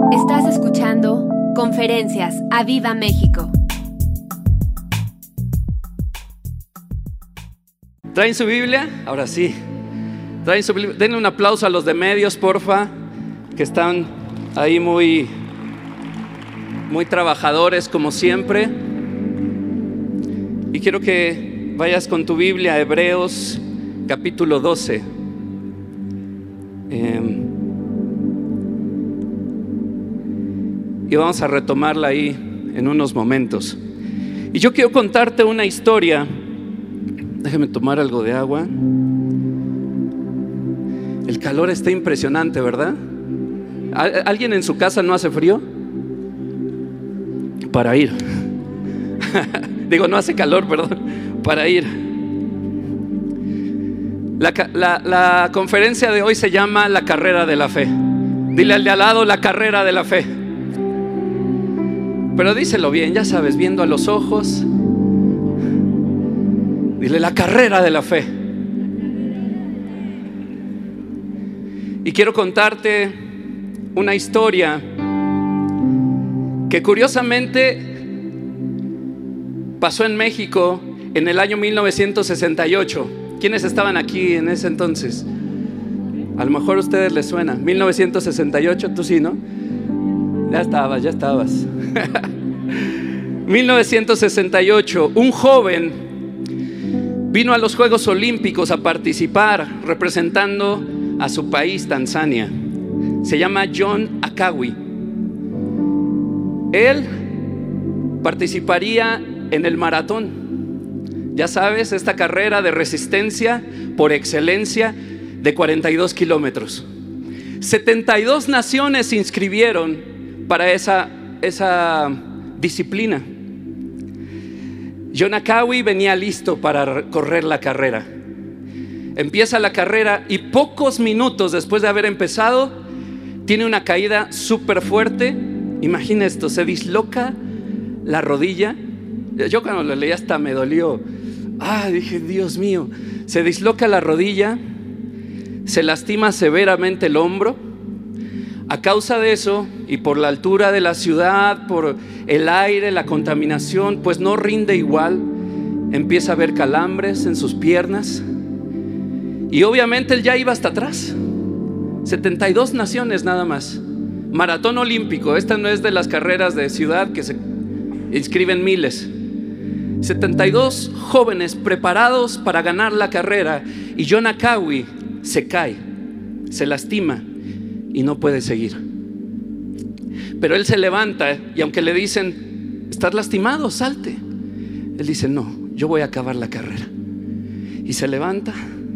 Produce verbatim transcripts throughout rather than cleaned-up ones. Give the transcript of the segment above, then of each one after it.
Estás escuchando Conferencias a Viva México. ¿Traen su Biblia? Ahora sí. ¿Traen su Biblia? Denle un aplauso a los de medios, porfa, que están ahí muy, muy trabajadores como siempre. Y quiero que vayas con tu Biblia a Hebreos capítulo doce. Eh, y vamos a retomarla ahí en unos momentos. Y yo quiero contarte una historia. Déjame tomar algo de agua. El calor está impresionante, ¿verdad? ¿Alguien en su casa no hace frío? Para ir. Digo, no hace calor, perdón. Para ir. La, la, la conferencia de hoy se llama La Carrera de la Fe. Dile al de al lado, la carrera de la fe. Pero díselo bien, ya sabes, viendo a los ojos. Dile, la carrera de la fe. Y quiero contarte una historia que curiosamente pasó en México en el año mil novecientos sesenta y ocho. ¿Quiénes estaban aquí en ese entonces? A lo mejor a ustedes les suena. mil novecientos sesenta y ocho, tú sí, ¿no? Ya estabas, ya estabas. mil novecientos sesenta y ocho, un joven vino a los Juegos Olímpicos a participar representando a su país, Tanzania. Se llama John Akawi. Él participaría en el maratón. Ya sabes, esta carrera de resistencia por excelencia de cuarenta y dos kilómetros. setenta y dos naciones se inscribieron para esa, esa disciplina. John Akawi venía listo para correr la carrera. Empieza la carrera y pocos minutos después de haber empezado, tiene una caída súper fuerte. Imagina esto, se disloca la rodilla. Yo cuando lo leí hasta me dolió. Ah, dije, Dios mío. Se disloca la rodilla, se lastima severamente el hombro. A causa de eso y por la altura de la ciudad, por el aire, la contaminación, pues no rinde igual. Empieza a haber calambres en sus piernas. Y obviamente él ya iba hasta atrás. setenta y dos naciones nada más. Maratón olímpico. Esta no es de las carreras de ciudad que se inscriben miles. setenta y dos jóvenes preparados para ganar la carrera. Y John Akawi se cae, se lastima y no puede seguir. Pero él se levanta y aunque le dicen, estás lastimado, salte, él dice, no, yo voy a acabar la carrera. Y se levanta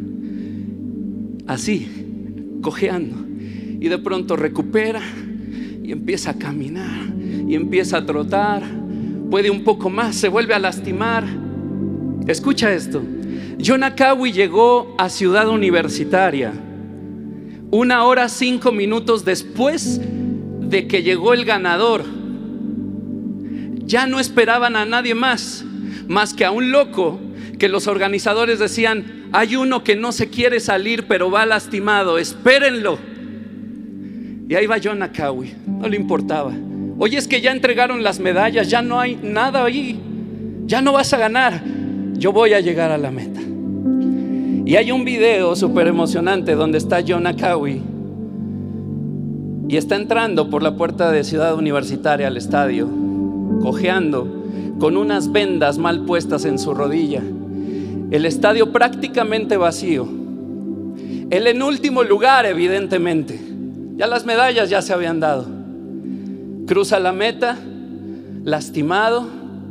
así, cojeando, y de pronto recupera y empieza a caminar y empieza a trotar. Puede un poco más, se vuelve a lastimar. Escucha esto. John Akawi llegó a Ciudad Universitaria una hora cinco minutos después de que llegó el ganador. Ya no esperaban a nadie más, más que a un loco que los organizadores decían, hay uno que no se quiere salir pero va lastimado, espérenlo. Y ahí va John Akawi, no le importaba. Oye, es que ya entregaron las medallas, ya no hay nada ahí, ya no vas a ganar, yo voy a llegar a la meta. Y hay un video súper emocionante donde está John Akawi y está entrando por la puerta de Ciudad Universitaria al estadio, cojeando, con unas vendas mal puestas en su rodilla. El estadio prácticamente vacío. Él en último lugar, evidentemente. Ya las medallas ya se habían dado. Cruza la meta, lastimado.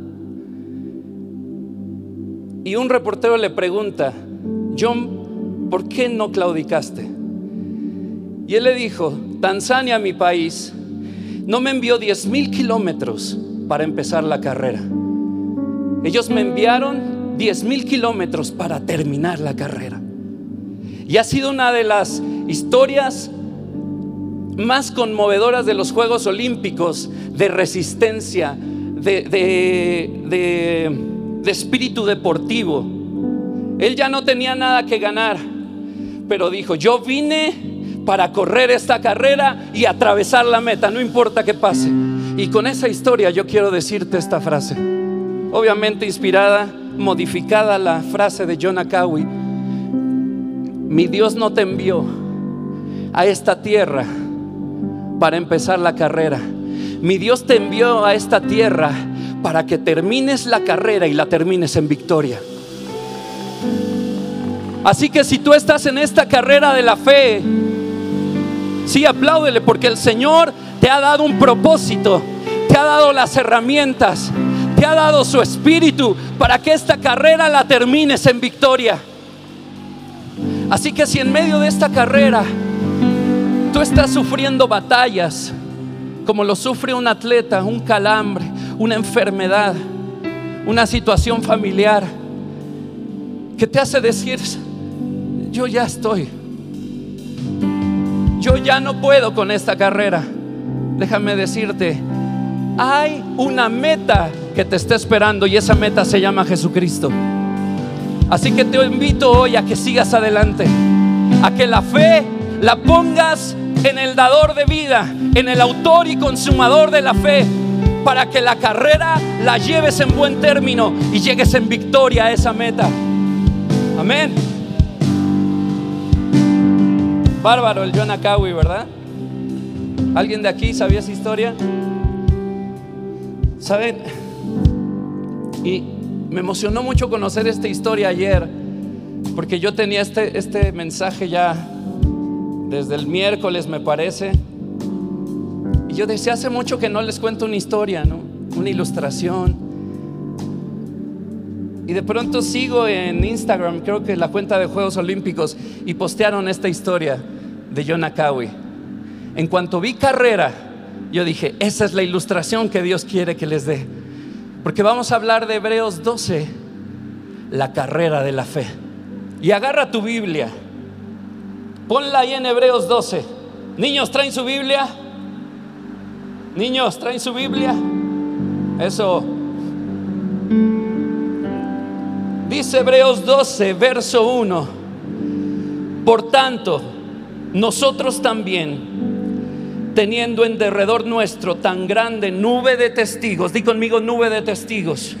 Y un reportero le pregunta, John, ¿por qué no claudicaste? Y él le dijo, Tanzania, mi país, no me envió diez mil kilómetros para empezar la carrera. Ellos me enviaron diez mil kilómetros para terminar la carrera. Y ha sido una de las historias más conmovedoras de los Juegos Olímpicos, de resistencia, de, de, de, de espíritu deportivo. Él ya no tenía nada que ganar, pero dijo, yo vine para correr esta carrera y atravesar la meta, no importa qué pase. Y con esa historia yo quiero decirte esta frase, obviamente inspirada, modificada la frase de Jonah Cowie. Mi Dios no te envió a esta tierra para empezar la carrera. Mi Dios te envió a esta tierra para que termines la carrera y la termines en victoria. Así que si tú estás en esta carrera de la fe, sí, apláudele, porque el Señor te ha dado un propósito, te ha dado las herramientas, te ha dado su espíritu para que esta carrera la termines en victoria. Así que si en medio de esta carrera tú estás sufriendo batallas como lo sufre un atleta, un calambre, una enfermedad, una situación familiar que te hace decir: yo ya estoy, yo ya no puedo con esta carrera, déjame decirte, hay una meta que te está esperando y esa meta se llama Jesucristo. Así que te invito hoy a que sigas adelante, a que la fe la pongas en el dador de vida, en el autor y consumador de la fe, para que la carrera la lleves en buen término y llegues en victoria a esa meta. Amén. Bárbaro el Jonah Cowie, ¿verdad? ¿Alguien de aquí sabía esa historia? ¿Saben? Y me emocionó mucho conocer esta historia ayer, porque yo tenía este, este mensaje ya desde el miércoles, me parece. Y yo decía, hace mucho que no les cuento una historia, ¿no? Una ilustración. Y de pronto sigo en Instagram, creo que la cuenta de Juegos Olímpicos, y postearon esta historia de Jonah Cowie. En cuanto vi carrera, yo dije, esa es la ilustración que Dios quiere que les dé, porque vamos a hablar de Hebreos doce, la carrera de la fe. Y agarra tu Biblia, ponla ahí en Hebreos doce. Niños, ¿traen su Biblia? Niños, ¿traen su Biblia? Eso. Dice Hebreos doce, verso uno: por tanto, nosotros también, teniendo en derredor nuestro tan grande nube de testigos, di conmigo, nube de testigos,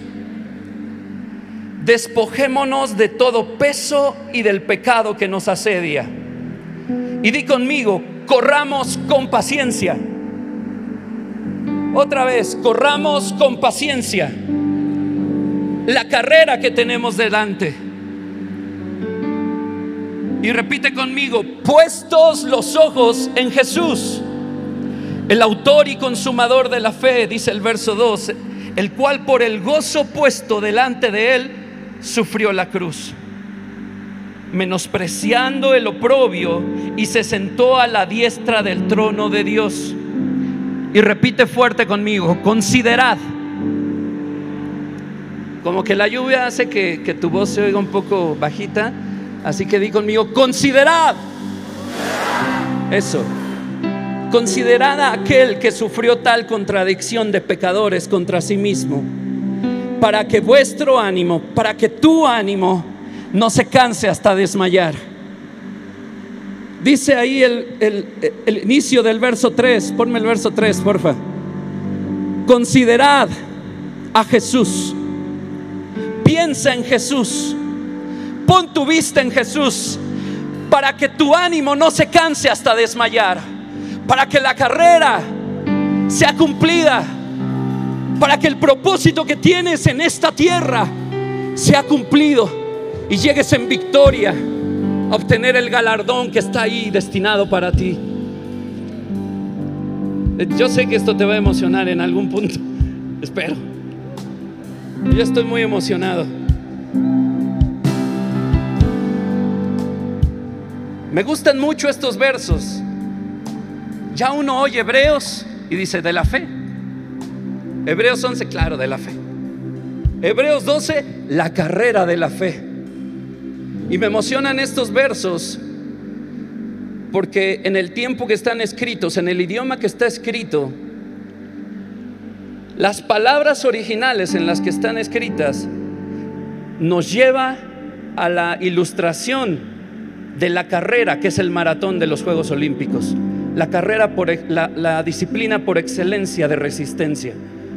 despojémonos de todo peso y del pecado que nos asedia, y di conmigo, corramos con paciencia. Otra vez, corramos con paciencia la carrera que tenemos delante. Y repite conmigo, puestos los ojos en Jesús, el autor y consumador de la fe, dice el verso doce, el cual por el gozo puesto delante de él sufrió la cruz, menospreciando el oprobio, y se sentó a la diestra del trono de Dios. Y repite fuerte conmigo, considerad. Como que la lluvia hace que, que tu voz se oiga un poco bajita, así que di conmigo, considerad. Eso. Considerad a aquel que sufrió tal contradicción de pecadores contra sí mismo, para que vuestro ánimo, para que tu ánimo no se canse hasta desmayar. Dice ahí el, el, el inicio del verso tres. Ponme el verso tres, porfa. Considerad a Jesús. Piensa en Jesús. Pon tu vista en Jesús, para que tu ánimo no se canse hasta desmayar, para que la carrera sea cumplida, para que el propósito que tienes en esta tierra sea cumplido y llegues en victoria a obtener el galardón que está ahí destinado para ti. Yo sé que esto te va a emocionar en algún punto, espero. Yo estoy muy emocionado. Me gustan mucho estos versos. Ya uno oye Hebreos y dice de la fe. Hebreos once, claro, de la fe. Hebreos doce, la carrera de la fe. Y me emocionan estos versos porque en el tiempo que están escritos, en el idioma que está escrito, las palabras originales en las que están escritas nos lleva a la ilustración de la carrera, que es el maratón de los Juegos Olímpicos, la carrera por la, la disciplina por excelencia de resistencia.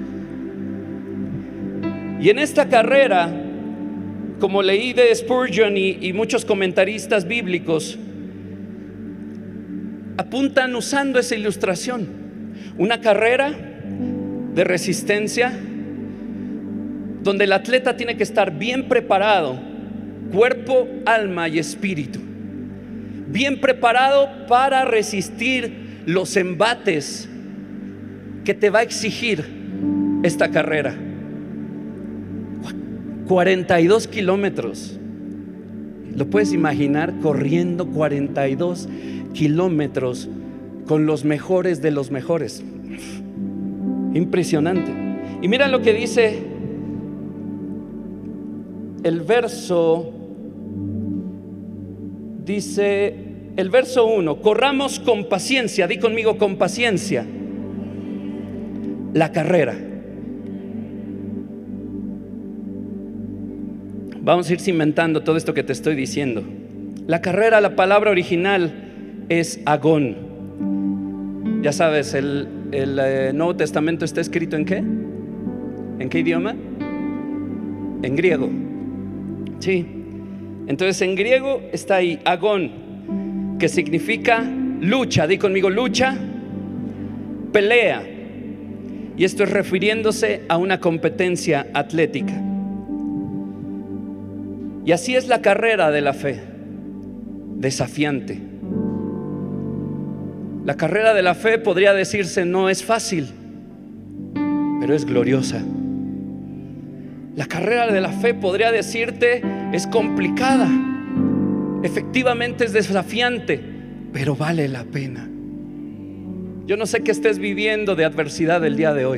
Y en esta carrera, como leí de Spurgeon y, y muchos comentaristas bíblicos, apuntan usando esa ilustración, una carrera de resistencia donde el atleta tiene que estar bien preparado, cuerpo, alma y espíritu, bien preparado para resistir los embates que te va a exigir esta carrera. cuarenta y dos kilómetros. ¿Lo puedes imaginar corriendo cuarenta y dos kilómetros con los mejores de los mejores? Impresionante. Y mira lo que dice el verso. Dice el verso uno: corramos con paciencia, di conmigo, con paciencia, la carrera. Vamos a ir cimentando todo esto que te estoy diciendo. La carrera, la palabra original es agón. Ya sabes, el, el eh, Nuevo Testamento está escrito ¿en qué? ¿En qué idioma? En griego. Sí. Entonces en griego está ahí agón, que significa lucha. Di conmigo, lucha, pelea. Y esto es refiriéndose a una competencia atlética. Y así es la carrera de la fe, desafiante. La carrera de la fe, podría decirse, no es fácil, pero es gloriosa. La carrera de la fe, podría decirte, es complicada, efectivamente es desafiante, pero vale la pena. Yo no sé qué estés viviendo de adversidad el día de hoy,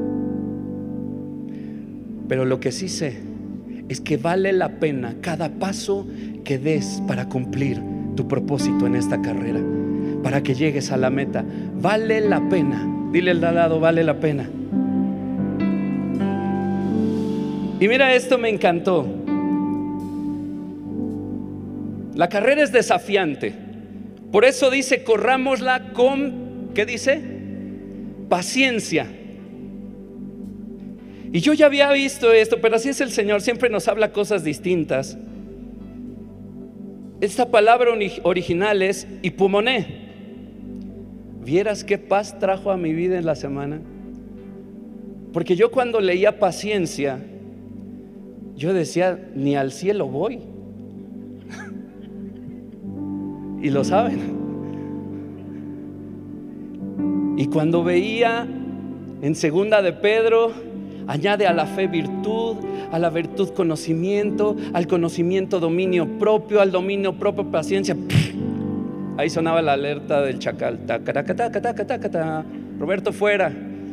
pero lo que sí sé es que vale la pena cada paso que des para cumplir tu propósito en esta carrera, para que llegues a la meta. Vale la pena. Dile al de al lado, vale la pena. Y mira, esto me encantó. La carrera es desafiante. Por eso dice, corrámosla con, ¿qué dice? Paciencia. Y yo ya había visto esto, pero así es el Señor, siempre nos habla cosas distintas. Esta palabra original es hipomoné. ¿Vieras qué paz trajo a mi vida en la semana? Porque yo cuando leía paciencia, yo decía, ni al cielo voy. Y lo saben. Y cuando veía en segunda de Pedro, añade a la fe virtud, a la virtud conocimiento, al conocimiento dominio propio, al dominio propio paciencia. Ahí sonaba la alerta del chacal. Roberto fuera.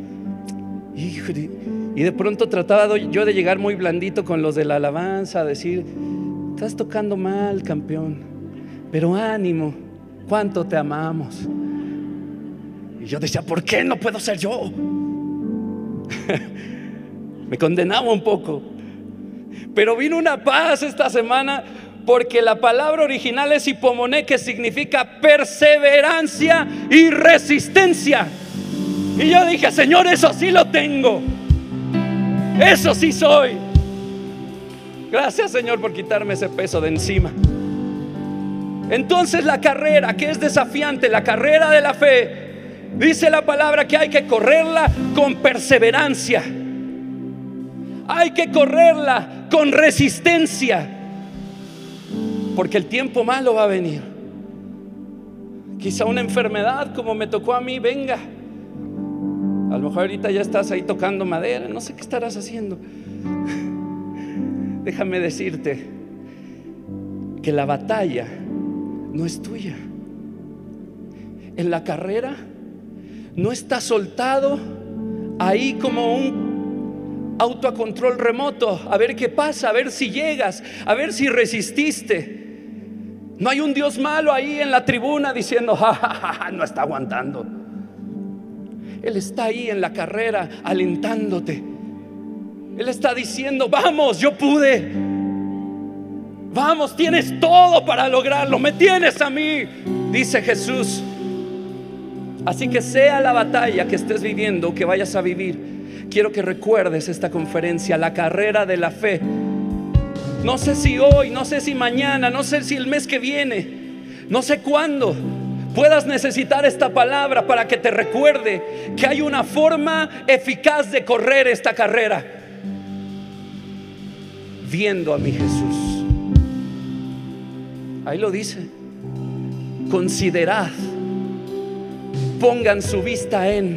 Y de pronto trataba yo de llegar muy blandito con los de la alabanza, a decir, estás tocando mal, campeón, pero ánimo, cuánto te amamos. Y yo decía, ¿por qué no puedo ser yo? Me condenaba un poco, pero vino una paz esta semana, porque la palabra original es hipomoné, que significa perseverancia y resistencia. Y yo dije, Señor, eso sí lo tengo, eso sí soy. Gracias, Señor, por quitarme ese peso de encima. Entonces la carrera que es desafiante, la carrera de la fe, dice la palabra que hay que correrla con perseverancia. Hay que correrla con resistencia, porque el tiempo malo va a venir. Quizá una enfermedad como me tocó a mí venga. A lo mejor ahorita ya estás ahí tocando madera, no sé qué estarás haciendo. Déjame decirte que la batalla no es tuya. En la carrera no estás soltado ahí como un auto a control remoto, a ver qué pasa, a ver si llegas, a ver si resististe. No hay un Dios malo ahí en la tribuna diciendo, ja, ja, ja, ja, no está aguantando. Él está ahí en la carrera alentándote. Él está diciendo, vamos, yo pude. Vamos, tienes todo para lograrlo, me tienes a mí, dice Jesús. Así que sea la batalla que estés viviendo, que vayas a vivir, quiero que recuerdes esta conferencia, la carrera de la fe. No sé si hoy, no sé si mañana, no sé si el mes que viene, no sé cuándo puedas necesitar esta palabra para que te recuerde que hay una forma eficaz de correr esta carrera, viendo a mi Jesús. Ahí lo dice: considerad, pongan su vista en.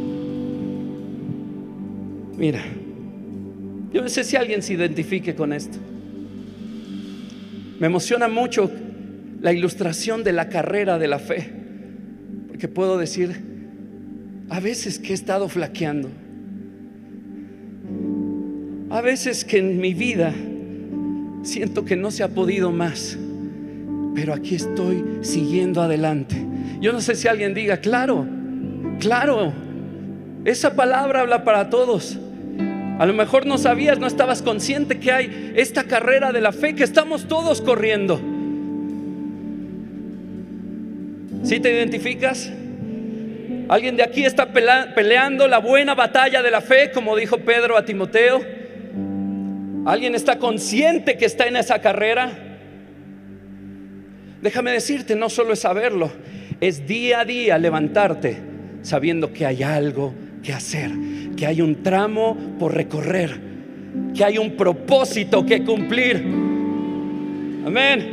Mira, yo no sé si alguien se identifique con esto. Me emociona mucho la ilustración de la carrera de la fe, porque puedo decir, a veces que he estado flaqueando, a veces que en mi vida siento que no se ha podido más, pero aquí estoy siguiendo adelante. Yo no sé si alguien diga, claro, claro, esa palabra habla para todos. A lo mejor no sabías, no estabas consciente que hay esta carrera de la fe que estamos todos corriendo. ¿Sí te identificas? ¿Alguien de aquí está peleando la buena batalla de la fe, como dijo Pedro a Timoteo? ¿Alguien está consciente que está en esa carrera? Déjame decirte, no solo es saberlo, es día a día levantarte sabiendo que hay algo que hacer, que hay un tramo por recorrer, que hay un propósito que cumplir. Amén.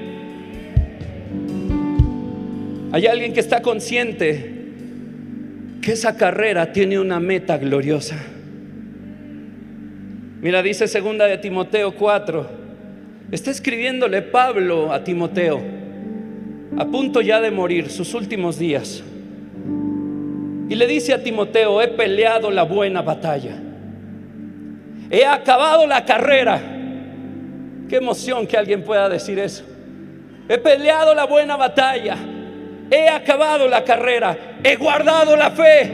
Hay alguien que está consciente que esa carrera tiene una meta gloriosa. Mira, dice segunda de Timoteo cuatro. Está escribiéndole Pablo a Timoteo, a punto ya de morir, sus últimos días. Y le dice a Timoteo: he peleado la buena batalla, he acabado la carrera. Qué emoción que alguien pueda decir eso. He peleado la buena batalla, he acabado la carrera, he guardado la fe.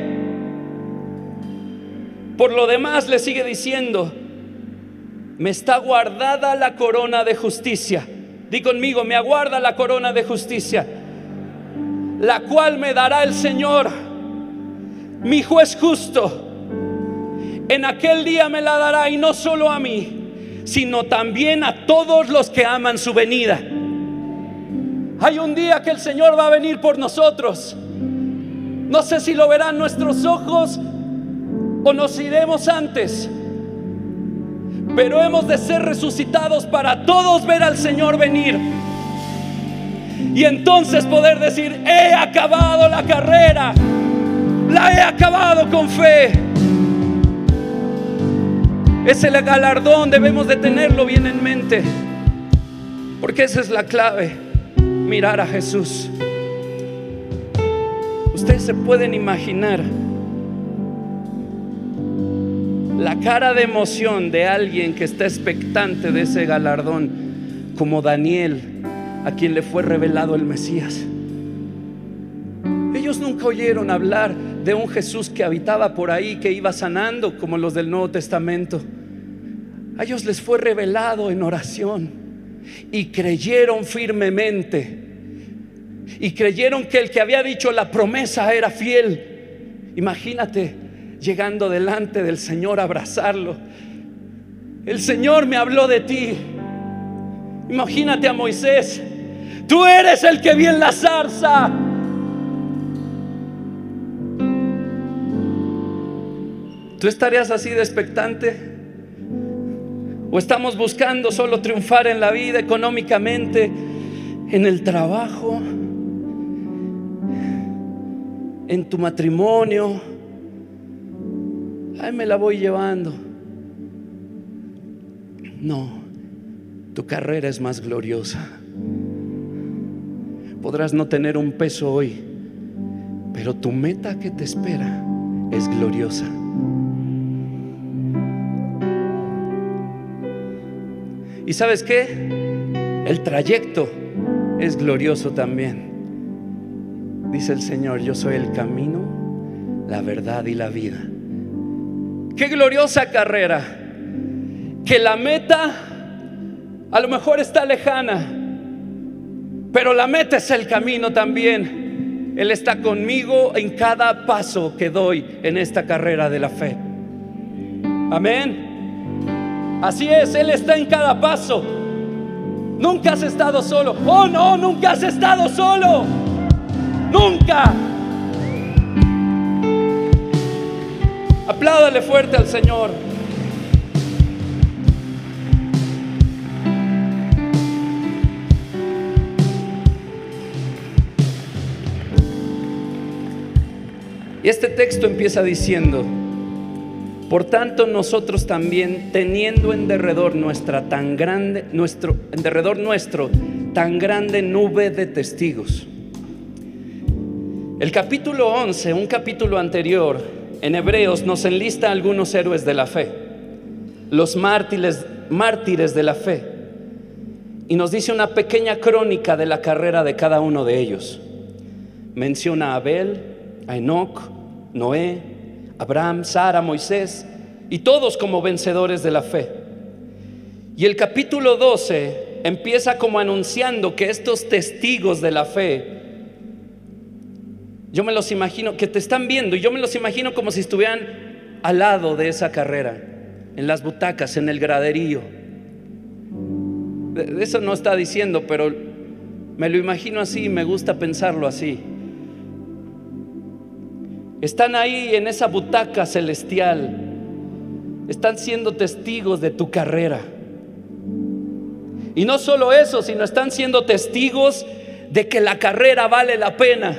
Por lo demás le sigue diciendo: me está guardada la corona de justicia. Di conmigo: me aguarda la corona de justicia, la cual me dará el Señor, mi juez justo. En aquel día me la dará, y no solo a mí, sino también a todos los que aman su venida. Hay un día que el Señor va a venir por nosotros. No sé si lo verán nuestros ojos o nos iremos antes, pero hemos de ser resucitados para todos ver al Señor venir. Y entonces poder decir: he acabado la carrera, la he acabado con fe. Ese galardón debemos de tenerlo bien en mente, porque esa es la clave: mirar a Jesús. Ustedes se pueden imaginar la cara de emoción de alguien que está expectante de ese galardón, como Daniel, a quien le fue revelado el Mesías. Ellos nunca oyeron hablar de un Jesús que habitaba por ahí, que iba sanando como los del Nuevo Testamento. A ellos les fue revelado en oración y creyeron firmemente, y creyeron que el que había dicho la promesa era fiel. Imagínate llegando delante del Señor a abrazarlo: el Señor me habló de ti. Imagínate a Moisés: tú eres el que vi en la zarza. ¿Tú estarías así de expectante? ¿O estamos buscando solo triunfar en la vida, económicamente, en el trabajo, en tu matrimonio? Ay, me la voy llevando. No, tu carrera es más gloriosa. Podrás no tener un peso hoy, pero tu meta que te espera es gloriosa. ¿Y sabes qué? El trayecto es glorioso también. Dice el Señor: yo soy el camino, la verdad y la vida. Qué gloriosa carrera, que la meta A lo mejor está lejana, pero la meta es el camino también. Él está conmigo en cada paso que doy en esta carrera de la fe. Amén. Así es, Él está en cada paso. Nunca has estado solo. Oh no, nunca has estado solo. Nunca. Apláudale fuerte al Señor. Y este texto empieza diciendo: por tanto, nosotros también, teniendo en derredor nuestra tan grande, nuestro, en derredor nuestro tan grande nube de testigos. El capítulo once, un capítulo anterior, en Hebreos nos enlista algunos héroes de la fe, los mártires, mártires de la fe, y nos dice una pequeña crónica de la carrera de cada uno de ellos. Menciona a Abel, a Enoc, Noé, Abraham, Sara, Moisés, y todos como vencedores de la fe. Y el capítulo doce empieza como anunciando que estos testigos de la fe, yo me los imagino que te están viendo, y yo me los imagino como si estuvieran al lado de esa carrera, en las butacas, en el graderío. Eso no está diciendo, pero me lo imagino así, me gusta pensarlo así. Están ahí en esa butaca celestial, están siendo testigos de tu carrera. Y no solo eso, sino están siendo testigos de que la carrera vale la pena.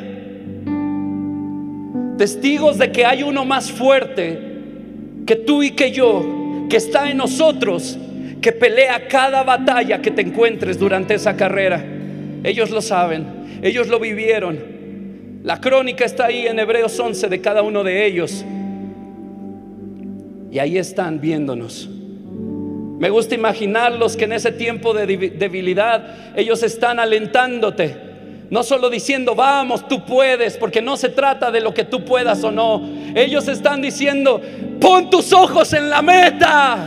Testigos de que hay uno más fuerte que tú y que yo, que está en nosotros, que pelea cada batalla que te encuentres durante esa carrera. Ellos lo saben, ellos lo vivieron. La crónica está ahí en Hebreos once de cada uno de ellos. Y ahí están viéndonos. Me gusta imaginarlos que en ese tiempo de debilidad ellos están alentándote, no solo diciendo vamos, tú puedes, porque no se trata de lo que tú puedas o no. Ellos están diciendo pon tus ojos en la meta,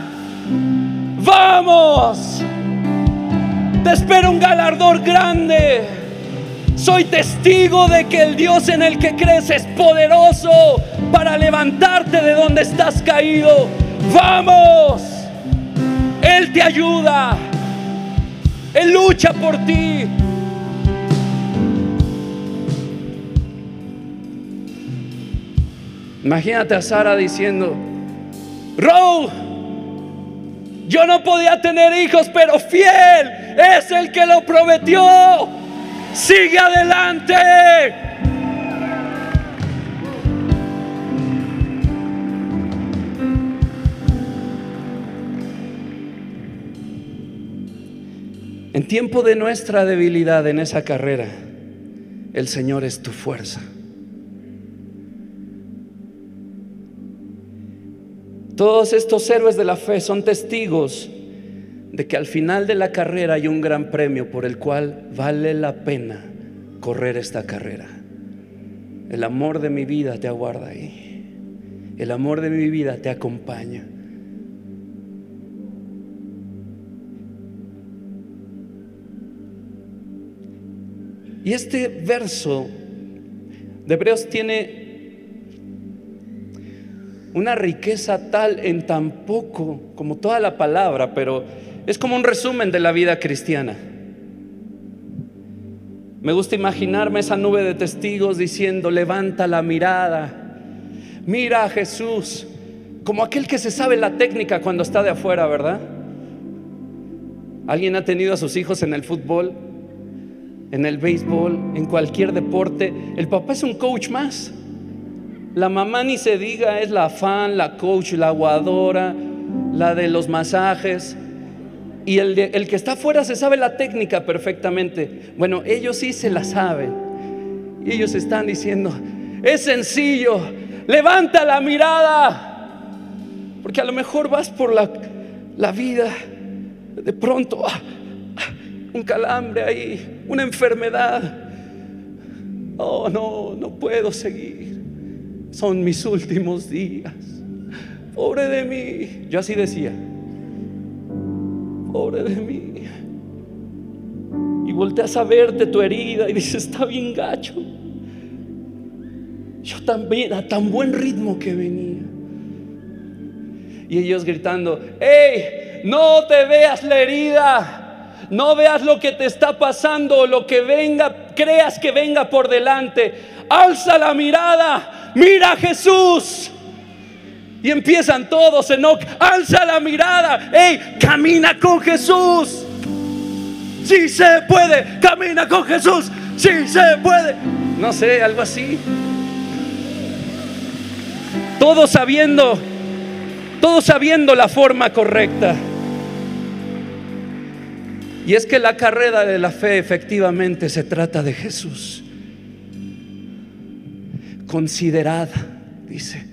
vamos, te espera un galardón grande. Soy testigo de que el Dios en el que crees es poderoso para levantarte de donde estás caído. Vamos, Él te ayuda, Él lucha por ti. Imagínate a Sara diciendo: Ro, yo no podía tener hijos, pero fiel es el que lo prometió. Sigue adelante. En tiempo de nuestra debilidad en esa carrera, el Señor es tu fuerza. Todos estos héroes de la fe son testigos de que al final de la carrera hay un gran premio por el cual vale la pena correr esta carrera. El amor de mi vida te aguarda ahí. El amor de mi vida te acompaña. Y este verso de Hebreos tiene una riqueza tal en tan poco como toda la palabra, pero es como un resumen de la vida cristiana. Me gusta imaginarme esa nube de testigos diciendo: levanta la mirada, mira a Jesús, como aquel que se sabe la técnica cuando está de afuera, ¿verdad? ¿Alguien ha tenido a sus hijos en el fútbol, en el béisbol, en cualquier deporte? El papá es un coach más. La mamá ni se diga, es la fan, la coach, la aguadora, la de los masajes. Y el, de, el que está afuera se sabe la técnica perfectamente. Bueno, ellos sí se la saben. Y ellos están diciendo: es sencillo, levanta la mirada. Porque a lo mejor vas por la, la vida, de pronto ah, ah, un calambre ahí, una enfermedad. Oh no, no puedo seguir, son mis últimos días, pobre de mí. Yo así decía: pobre de mí. volteas a verte tu herida y dices, está bien gacho. Yo también, a tan buen ritmo que venía. Y ellos gritando, ¡hey! No te veas la herida, no veas lo que te está pasando, lo que venga, creas que venga por delante. Alza la mirada, mira a Jesús. Y empiezan todos, Enoc, alza la mirada, ¡hey! Camina con Jesús. Sí se puede, camina con Jesús, sí se puede. No sé, algo así. Todos sabiendo, todos sabiendo la forma correcta. Y es que la carrera de la fe efectivamente se trata de Jesús. Considerad, dice.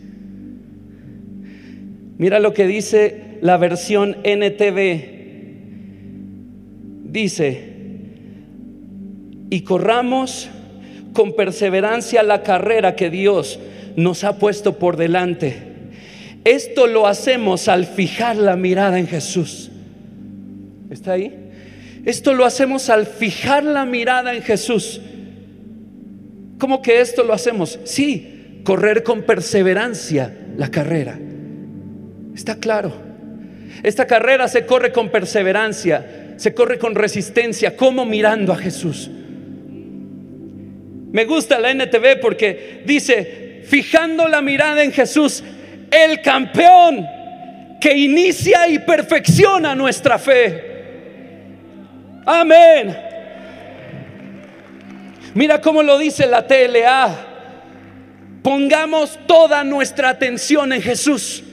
Mira lo que dice la versión N T V. Dice, y corramos con perseverancia la carrera que Dios nos ha puesto por delante. Esto lo hacemos al fijar la mirada en Jesús. ¿Está ahí? Esto lo hacemos al fijar la mirada en Jesús. ¿Cómo que esto lo hacemos? Sí, correr con perseverancia la carrera. Está claro. Esta carrera se corre con perseverancia, se corre con resistencia. ¿Cómo? Mirando a Jesús. Me gusta la N T V porque dice, fijando la mirada en Jesús, el campeón que inicia y perfecciona nuestra fe. Amén. Mira cómo lo dice la T L A. Pongamos toda nuestra atención en Jesús.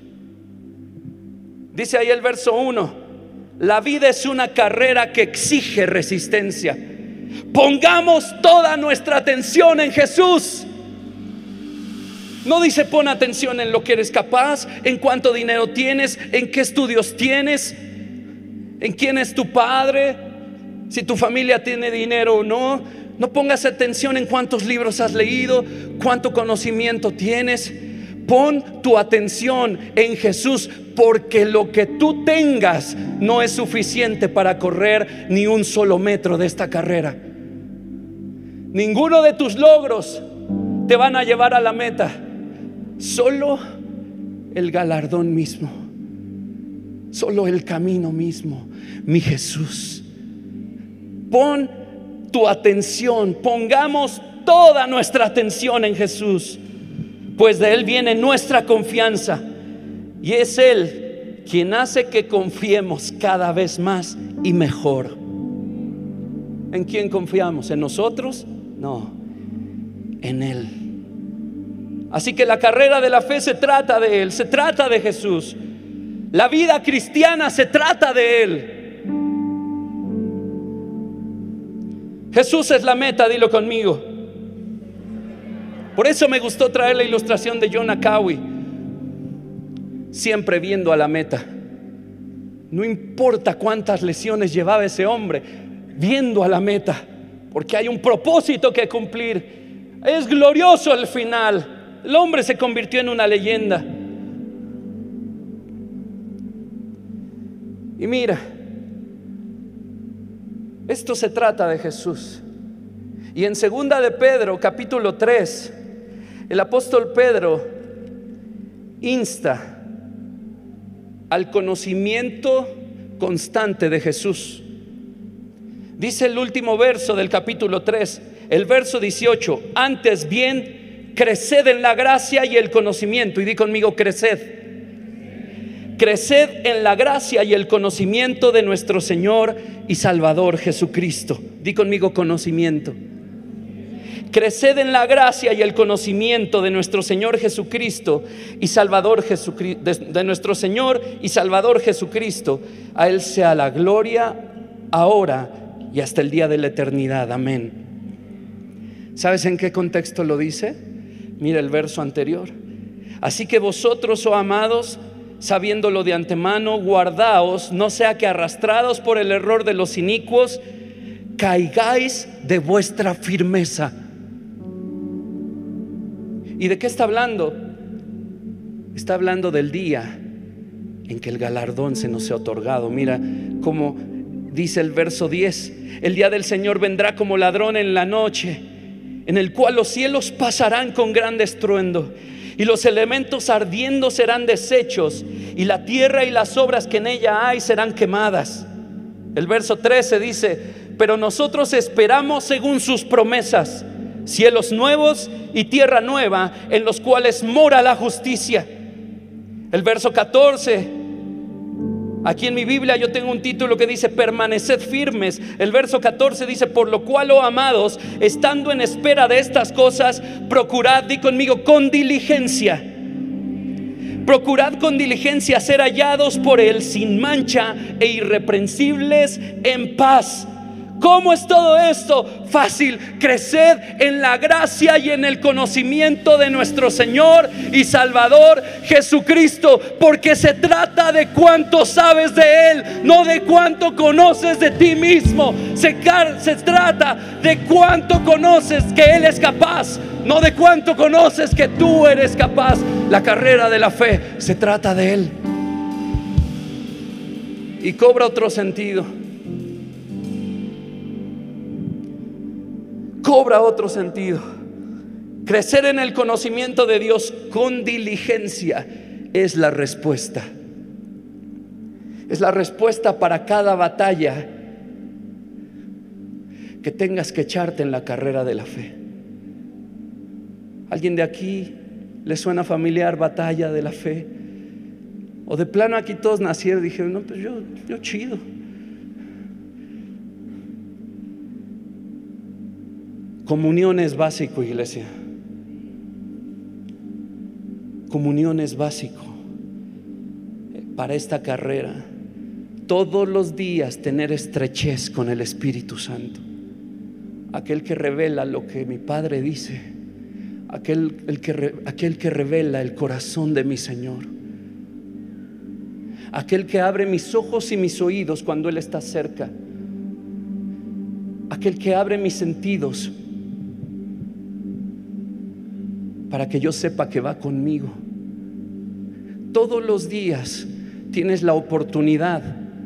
Dice ahí el verso uno, la vida es una carrera que exige resistencia. Pongamos toda nuestra atención en Jesús. No dice pon atención en lo que eres capaz, en cuánto dinero tienes, en qué estudios tienes, en quién es tu padre, si tu familia tiene dinero o no. No pongas atención en cuántos libros has leído, cuánto conocimiento tienes. Pon tu atención en Jesús, porque lo que tú tengas no es suficiente para correr ni un solo metro de esta carrera. Ninguno de tus logros te van a llevar a la meta, solo el galardón mismo, solo el camino mismo, mi Jesús. Pon tu atención, pongamos toda nuestra atención en Jesús, pues de Él viene nuestra confianza y es Él quien hace que confiemos cada vez más y mejor. ¿En quién confiamos? ¿En nosotros? No, en Él. Así que la carrera de la fe se trata de Él, se trata de Jesús. La vida cristiana se trata de Él. Jesús es la meta, dilo conmigo. Por eso me gustó traer la ilustración de Jonah Cowie. Siempre viendo a la meta. No importa cuántas lesiones llevaba ese hombre, viendo a la meta, porque hay un propósito que cumplir. Es glorioso el final. El hombre se convirtió en una leyenda. Y mira, esto se trata de Jesús. Y en segunda de Pedro, capítulo tres, el apóstol Pedro insta al conocimiento constante de Jesús. Dice el último verso del capítulo tres, el verso dieciocho: antes bien, creced en la gracia y el conocimiento. Y di conmigo, creced. Creced en la gracia y el conocimiento de nuestro Señor y Salvador Jesucristo. Di conmigo, conocimiento. Creced en la gracia y el conocimiento de nuestro Señor Jesucristo y Salvador Jesucristo, de, de nuestro Señor y Salvador Jesucristo. A Él sea la gloria ahora y hasta el día de la eternidad. Amén. ¿Sabes en qué contexto lo dice? Mira el verso anterior. Así que vosotros, oh amados, sabiéndolo de antemano, guardaos, no sea que arrastrados por el error de los inicuos, caigáis de vuestra firmeza. ¿Y de qué está hablando? Está hablando del día en que el galardón se nos ha otorgado. Mira cómo dice el verso diez: el día del Señor vendrá como ladrón en la noche, en el cual los cielos pasarán con gran estruendo, y los elementos ardiendo serán deshechos, y la tierra y las obras que en ella hay serán quemadas. El verso trece dice: pero nosotros esperamos según sus promesas, cielos nuevos y tierra nueva, en los cuales mora la justicia. El verso catorce, aquí en mi Biblia yo tengo un título que dice: permaneced firmes. El verso catorce dice: por lo cual, oh amados, estando en espera de estas cosas, procurad, di conmigo, con diligencia. Procurad con diligencia ser hallados por Él sin mancha e irreprensibles en paz. ¿Cómo es todo esto? Fácil: creced en la gracia y en el conocimiento de nuestro Señor y Salvador Jesucristo, porque se trata de cuánto sabes de Él, no de cuánto conoces de ti mismo. Se, se trata de cuánto conoces que Él es capaz, no de cuánto conoces que tú eres capaz. La carrera de la fe se trata de Él, y cobra otro sentido. Cobra otro sentido. Crecer en el conocimiento de Dios con diligencia es la respuesta. Es la respuesta para cada batalla que tengas que echarte en la carrera de la fe. ¿Alguien de aquí le suena familiar batalla de la fe? O de plano aquí todos nacieron y dijeron: no, pues yo, yo chido. Comunión es básico, iglesia. Comunión es básico para esta carrera. Todos los días tener estrechez con el Espíritu Santo, aquel que revela lo que mi Padre dice, aquel, el que, aquel que revela el corazón de mi Señor, aquel que abre mis ojos y mis oídos cuando Él está cerca, aquel que abre mis sentidos para que yo sepa que va conmigo. Todos los días tienes la oportunidad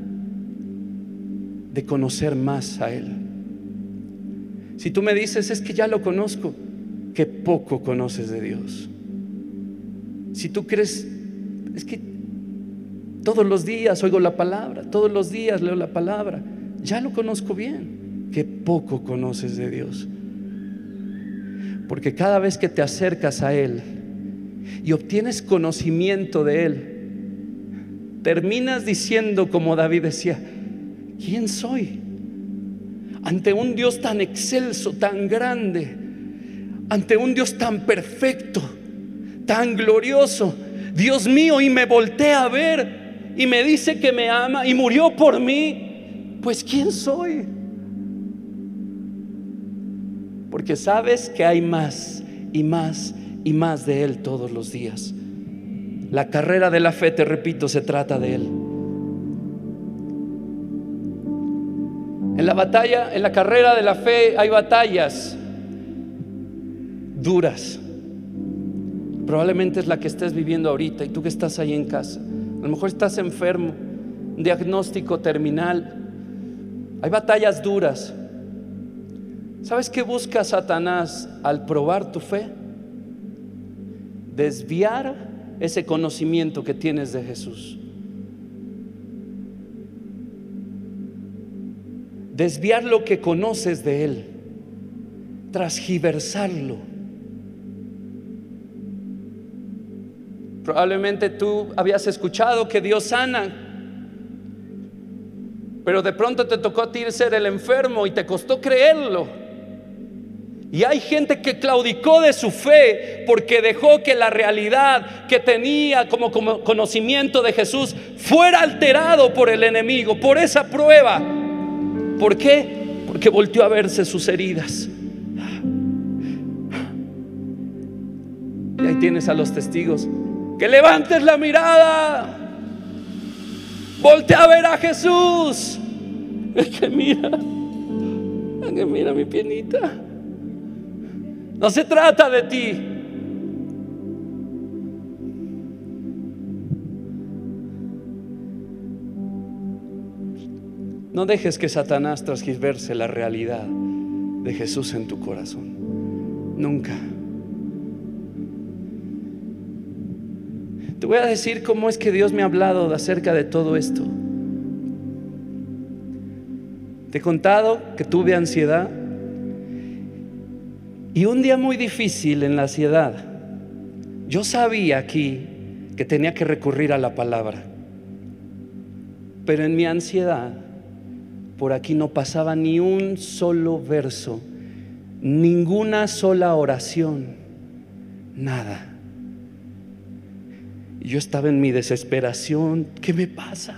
de conocer más a Él. Si tú me dices: es que ya lo conozco, que poco conoces de Dios. Si tú crees: es que todos los días oigo la palabra, todos los días leo la palabra, ya lo conozco bien, que poco conoces de Dios. Porque cada vez que te acercas a Él y obtienes conocimiento de Él, terminas diciendo, como David decía: ¿quién soy ante un Dios tan excelso, tan grande, ante un Dios tan perfecto, tan glorioso? Dios mío, y me voltea a ver y me dice que me ama y murió por mí. Pues ¿quién soy? Porque sabes que hay más y más y más de Él todos los días. La carrera de la fe, te repito, se trata de Él. En la batalla, en la carrera de la fe hay batallas duras. Probablemente es la que estés viviendo ahorita, y tú que estás ahí en casa, a lo mejor estás enfermo, un diagnóstico terminal. Hay batallas duras. ¿Sabes qué busca Satanás al probar tu fe? Desviar ese conocimiento que tienes de Jesús. Desviar lo que conoces de Él, transgiversarlo. Probablemente tú habías escuchado que Dios sana, pero de pronto te tocó a ti ser el enfermo y te costó creerlo. Y hay gente que claudicó de su fe porque dejó que la realidad que tenía como, como conocimiento de Jesús fuera alterado por el enemigo, por esa prueba. ¿Por qué? Porque volteó a verse sus heridas. Y ahí tienes a los testigos. Que levantes la mirada, voltea a ver a Jesús. Es que mira, es que mira mi piernita. No se trata de ti. No dejes que Satanás transgiverse la realidad de Jesús en tu corazón. Nunca. Te voy a decir cómo es que Dios me ha hablado acerca de todo esto. Te he contado que tuve ansiedad, y un día muy difícil en la ansiedad, yo sabía aquí que tenía que recurrir a la palabra, pero en mi ansiedad por aquí no pasaba ni un solo verso, ninguna sola oración, nada. Y yo estaba en mi desesperación. ¿Qué me pasa?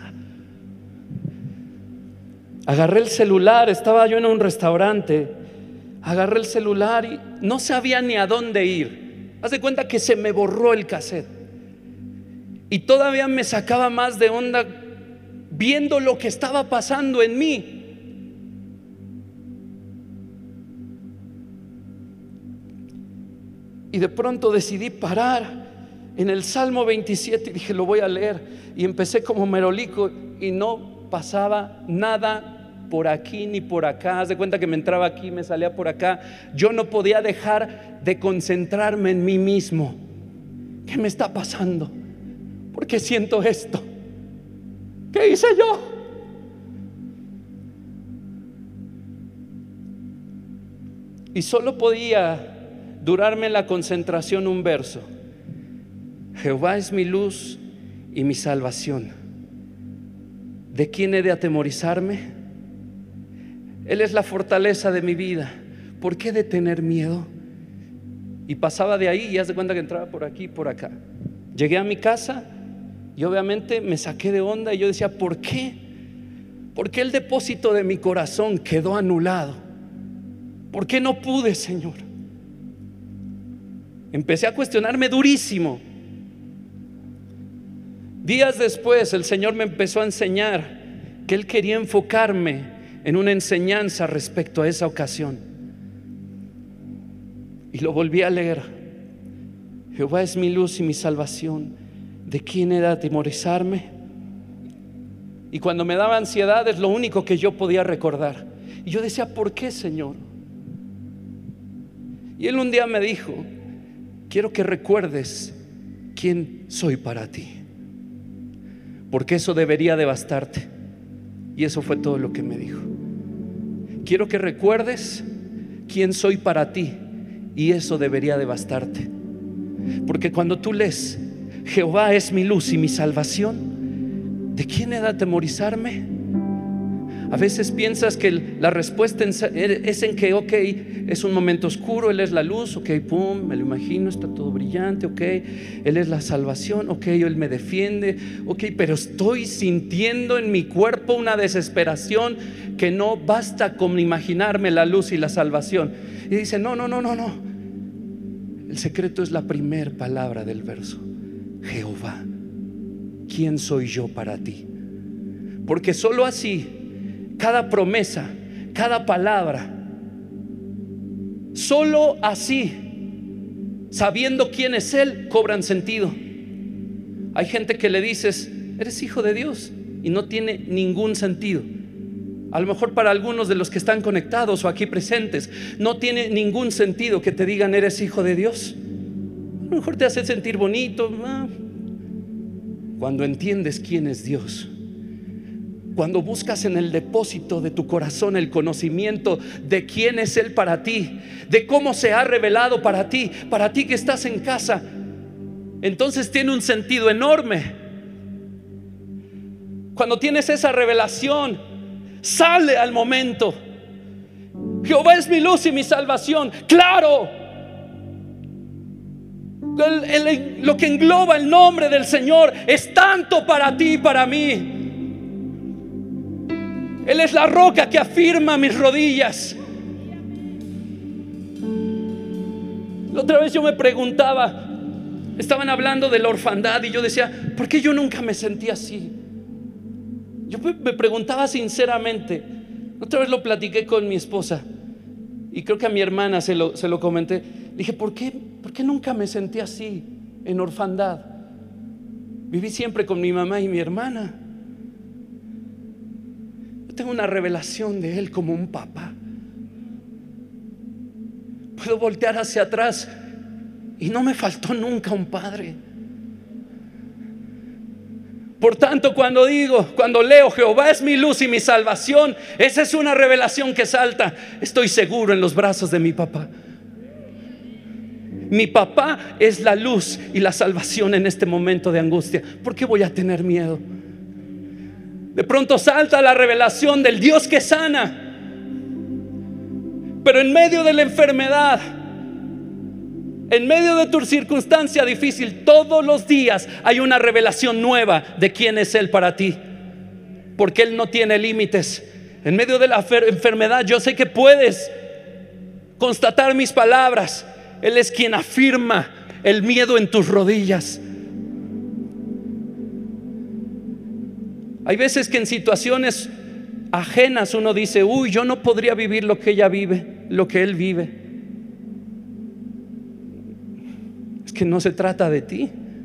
Agarré el celular, estaba yo en un restaurante, agarré el celular y no sabía ni a dónde ir. Haz de cuenta que se me borró el cassette, y todavía me sacaba más de onda viendo lo que estaba pasando en mí. Y de pronto decidí parar en el Salmo veintisiete y dije, lo voy a leer. Y empecé como merolico y no pasaba nada por aquí ni por acá. Haz de cuenta que me entraba aquí, me salía por acá. Yo no podía dejar de concentrarme en mí mismo. ¿Qué me está pasando? ¿Por qué siento esto? ¿Qué hice yo? Y solo podía durarme la concentración un verso: Jehová es mi luz y mi salvación. ¿De quién he de atemorizarme? Él es la fortaleza de mi vida. ¿Por qué de tener miedo? Y pasaba de ahí y haz de cuenta que entraba por aquí y por acá. Llegué a mi casa y obviamente me saqué de onda y yo decía, ¿por qué? ¿Por qué el depósito de mi corazón quedó anulado? ¿Por qué no pude, Señor? Empecé a cuestionarme durísimo. Días después el Señor me empezó a enseñar que Él quería enfocarme en una enseñanza respecto a esa ocasión. Y lo volví a leer. Jehová es mi luz y mi salvación. ¿De quién he de atemorizarme? Y cuando me daba ansiedad es lo único que yo podía recordar. Y yo decía, ¿por qué, Señor? Y Él un día me dijo, quiero que recuerdes quién soy para ti, porque eso debería de bastarte. Y eso fue todo lo que me dijo. Quiero que recuerdes quién soy para ti, y eso debería de bastarte. Porque cuando tú lees, Jehová es mi luz y mi salvación, ¿de quién he de atemorizarme? A veces piensas que la respuesta es en que, ok, es un momento oscuro, Él es la luz, ok, pum, me lo imagino, está todo brillante, ok, Él es la salvación, ok, Él me defiende, ok, pero estoy sintiendo en mi cuerpo una desesperación que no basta con imaginarme la luz y la salvación. Y dice, no, no, no, no, no. El secreto es la primera palabra del verso: Jehová, ¿quién soy yo para ti? Porque solo así cada promesa, cada palabra, solo así, sabiendo quién es Él, cobran sentido. Hay gente que le dices, eres hijo de Dios, y no tiene ningún sentido. A lo mejor para algunos de los que están conectados o aquí presentes, no tiene ningún sentido que te digan eres hijo de Dios. A lo mejor te hace sentir bonito. Cuando entiendes quién es Dios, cuando buscas en el depósito de tu corazón el conocimiento de quién es Él para ti, de cómo se ha revelado para ti, para ti que estás en casa, entonces tiene un sentido enorme. Cuando tienes esa revelación, sale al momento: Jehová es mi luz y mi salvación. Claro, el, el, lo que engloba el nombre del Señor es tanto para ti y para mí. Él es la roca que afirma mis rodillas. La otra vez yo me preguntaba, estaban hablando de la orfandad y yo decía, ¿por qué yo nunca me sentí así? Yo me preguntaba sinceramente. Otra vez lo platiqué con mi esposa y creo que a mi hermana se lo, se lo comenté. Dije, ¿por qué, ¿por qué nunca me sentí así en orfandad? Viví siempre con mi mamá y mi hermana. Yo tengo una revelación de Él como un papá. Puedo voltear hacia atrás y no me faltó nunca un padre. Por tanto, cuando digo, cuando leo Jehová es mi luz y mi salvación, esa es una revelación que salta. Estoy seguro en los brazos de mi papá. Mi papá es la luz y la salvación en este momento de angustia. ¿Por qué voy a tener miedo? De pronto salta la revelación del Dios que sana. Pero en medio de la enfermedad, en medio de tu circunstancia difícil, todos los días hay una revelación nueva de quién es Él para ti. Porque Él no tiene límites. En medio de la enfermedad yo sé que puedes constatar mis palabras. Él es quien afirma el miedo en tus rodillas. Hay veces que en situaciones ajenas uno dice: uy, yo no podría vivir lo que ella vive, lo que él vive. Es que no se trata de ti.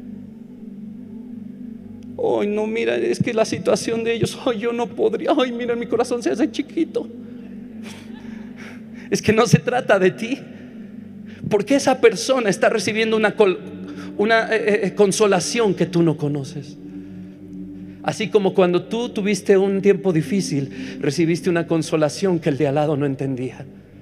Ay, no, mira, es que la situación de ellos, ay, yo no podría. Ay, mira, mi corazón se hace chiquito. Es que no se trata de ti. Porque esa persona está recibiendo una, una eh, consolación que tú no conoces. Así como cuando tú tuviste un tiempo difícil, recibiste una consolación que el de al lado no entendía.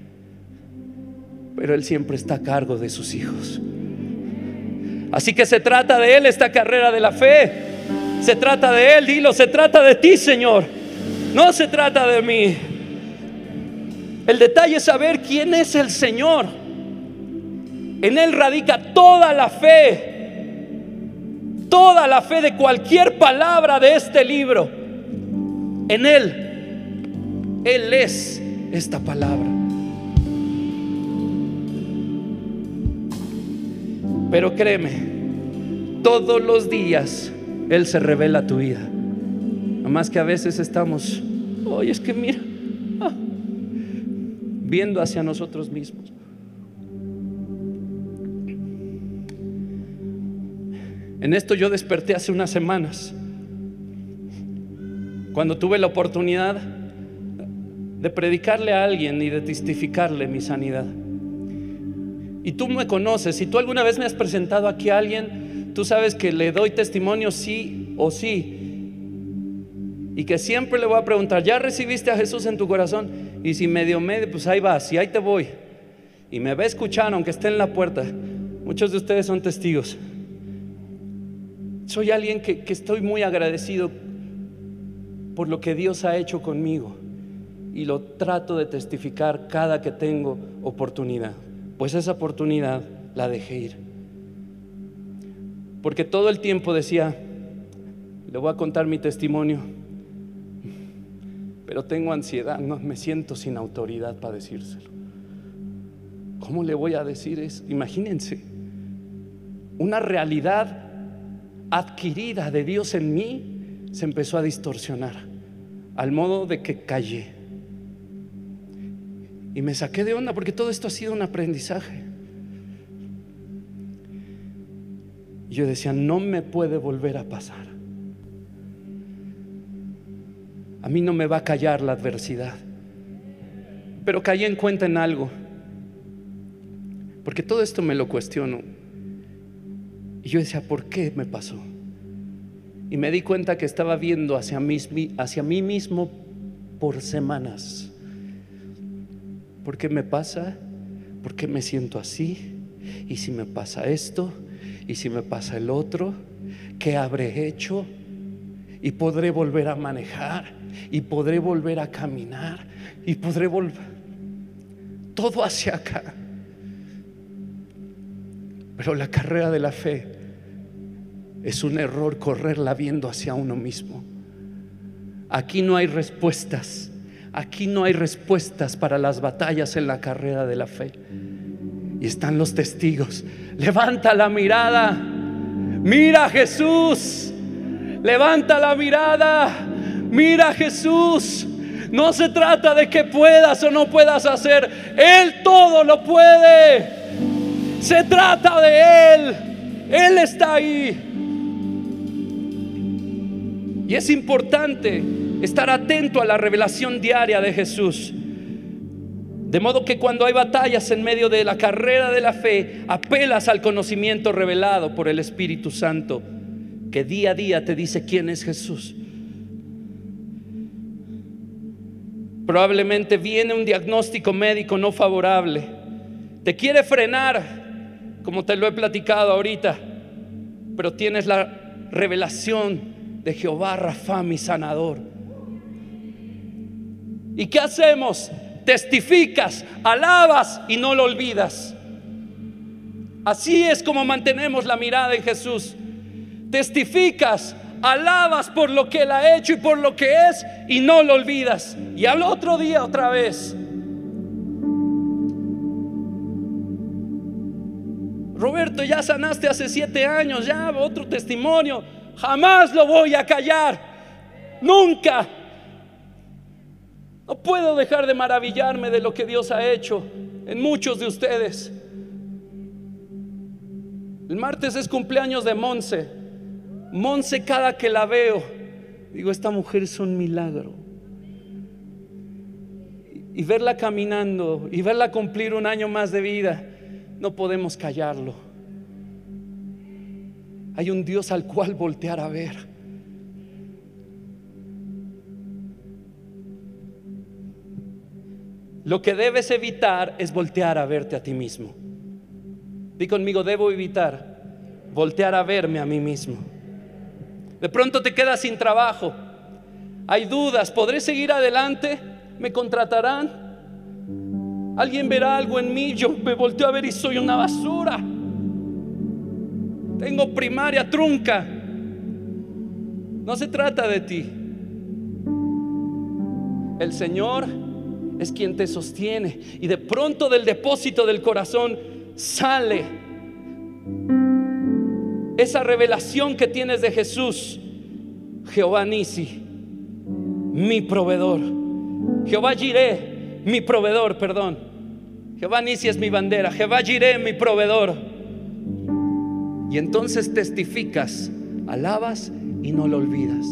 Pero Él siempre está a cargo de sus hijos. Así que se trata de Él esta carrera de la fe. Se trata de Él, dilo, se trata de ti, Señor. No se trata de mí. El detalle es saber quién es el Señor. En Él radica toda la fe, toda la fe de cualquier palabra de este libro. En Él, Él es esta palabra. Pero créeme, todos los días Él se revela a tu vida. Nada más que a veces estamos, oye, es que mira, ah, viendo hacia nosotros mismos. En esto yo desperté hace unas semanas, cuando tuve la oportunidad de predicarle a alguien y de testificarle mi sanidad. Y tú me conoces, si tú alguna vez me has presentado aquí a alguien, tú sabes que le doy testimonio sí o sí, y que siempre le voy a preguntar: ¿ya recibiste a Jesús en tu corazón? Y si medio medio, pues ahí vas, y ahí te voy. Y me va a escuchar aunque esté en la puerta. Muchos de ustedes son testigos. Soy alguien que, que estoy muy agradecido por lo que Dios ha hecho conmigo, y lo trato de testificar cada que tengo oportunidad. Pues esa oportunidad la dejé ir, porque todo el tiempo decía: le voy a contar mi testimonio, pero tengo ansiedad, no me siento sin autoridad para decírselo. ¿Cómo le voy a decir eso? Imagínense, una realidad adquirida de Dios en mí se empezó a distorsionar, al modo de que callé. Y me saqué de onda, porque todo esto ha sido un aprendizaje. Y yo decía: no me puede volver a pasar. A mí no me va a callar la adversidad. Pero caí en cuenta en algo, porque todo esto me lo cuestiono. Y yo decía: ¿por qué me pasó? Y me di cuenta que estaba viendo hacia mí, hacia mí mismo por semanas. ¿Por qué me pasa? ¿Por qué me siento así? ¿Y si me pasa esto? ¿Y si me pasa el otro? ¿Qué habré hecho? ¿Y podré volver a manejar? ¿Y podré volver a caminar? ¿Y podré volver? Todo hacia acá. Pero la carrera de la fe es un error correrla viendo hacia uno mismo. Aquí no hay respuestas. Aquí no hay respuestas para las batallas en la carrera de la fe. Y están los testigos. Levanta la mirada. Mira a Jesús. Levanta la mirada. Mira a Jesús. No se trata de que puedas o no puedas hacer. Él todo lo puede. Se trata de Él. Él está ahí. Y es importante estar atento a la revelación diaria de Jesús. De modo que cuando hay batallas en medio de la carrera de la fe, apelas al conocimiento revelado por el Espíritu Santo, que día a día te dice quién es Jesús. Probablemente viene un diagnóstico médico no favorable, te quiere frenar, como te lo he platicado ahorita, pero tienes la revelación de Jehová Rafa, mi sanador. ¿Y qué hacemos? Testificas, alabas y no lo olvidas. Así es como mantenemos la mirada en Jesús. Testificas, alabas por lo que Él ha hecho y por lo que es, y no lo olvidas. Y al otro día otra vez: Roberto, ya sanaste hace siete años, ya otro testimonio. Jamás lo voy a callar, nunca. No puedo dejar de maravillarme de lo que Dios ha hecho en muchos de ustedes. El martes es cumpleaños de Monse. Monse, cada que la veo, digo, esta mujer es un milagro. Y verla caminando y verla cumplir un año más de vida, no podemos callarlo. Hay un Dios al cual voltear a ver. Lo que debes evitar es voltear a verte a ti mismo. Di conmigo: debo evitar voltear a verme a mí mismo. De pronto te quedas sin trabajo, hay dudas, ¿podré seguir adelante? ¿Me contratarán? ¿Alguien verá algo en mí? Yo me volteo a ver y soy una basura. Tengo primaria trunca. No se trata de ti. El Señor es quien te sostiene, y de pronto del depósito del corazón sale esa revelación que tienes de Jesús. Jehová Nisi, mi proveedor. Jehová Jireh, mi proveedor, perdón. Jehová Nisi es mi bandera. Jehová Jireh, mi proveedor. Y entonces testificas, alabas y no lo olvidas.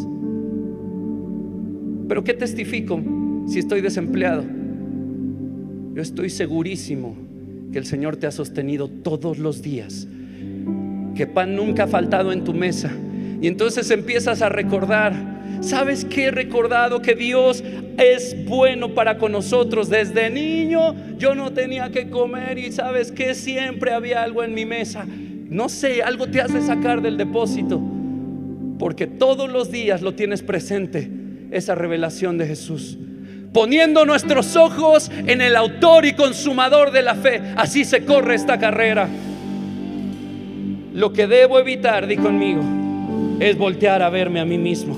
¿Pero qué testifico si estoy desempleado? Yo estoy segurísimo que el Señor te ha sostenido todos los días, que pan nunca ha faltado en tu mesa. Y entonces empiezas a recordar. ¿Sabes qué he recordado? Que Dios es bueno para con nosotros. Desde niño yo no tenía que comer, y ¿sabes qué? Siempre había algo en mi mesa. No sé, algo te hace sacar del depósito, porque todos los días lo tienes presente, esa revelación de Jesús. Poniendo nuestros ojos en el autor y consumador de la fe, así se corre esta carrera. Lo que debo evitar, di conmigo, es voltear a verme a mí mismo,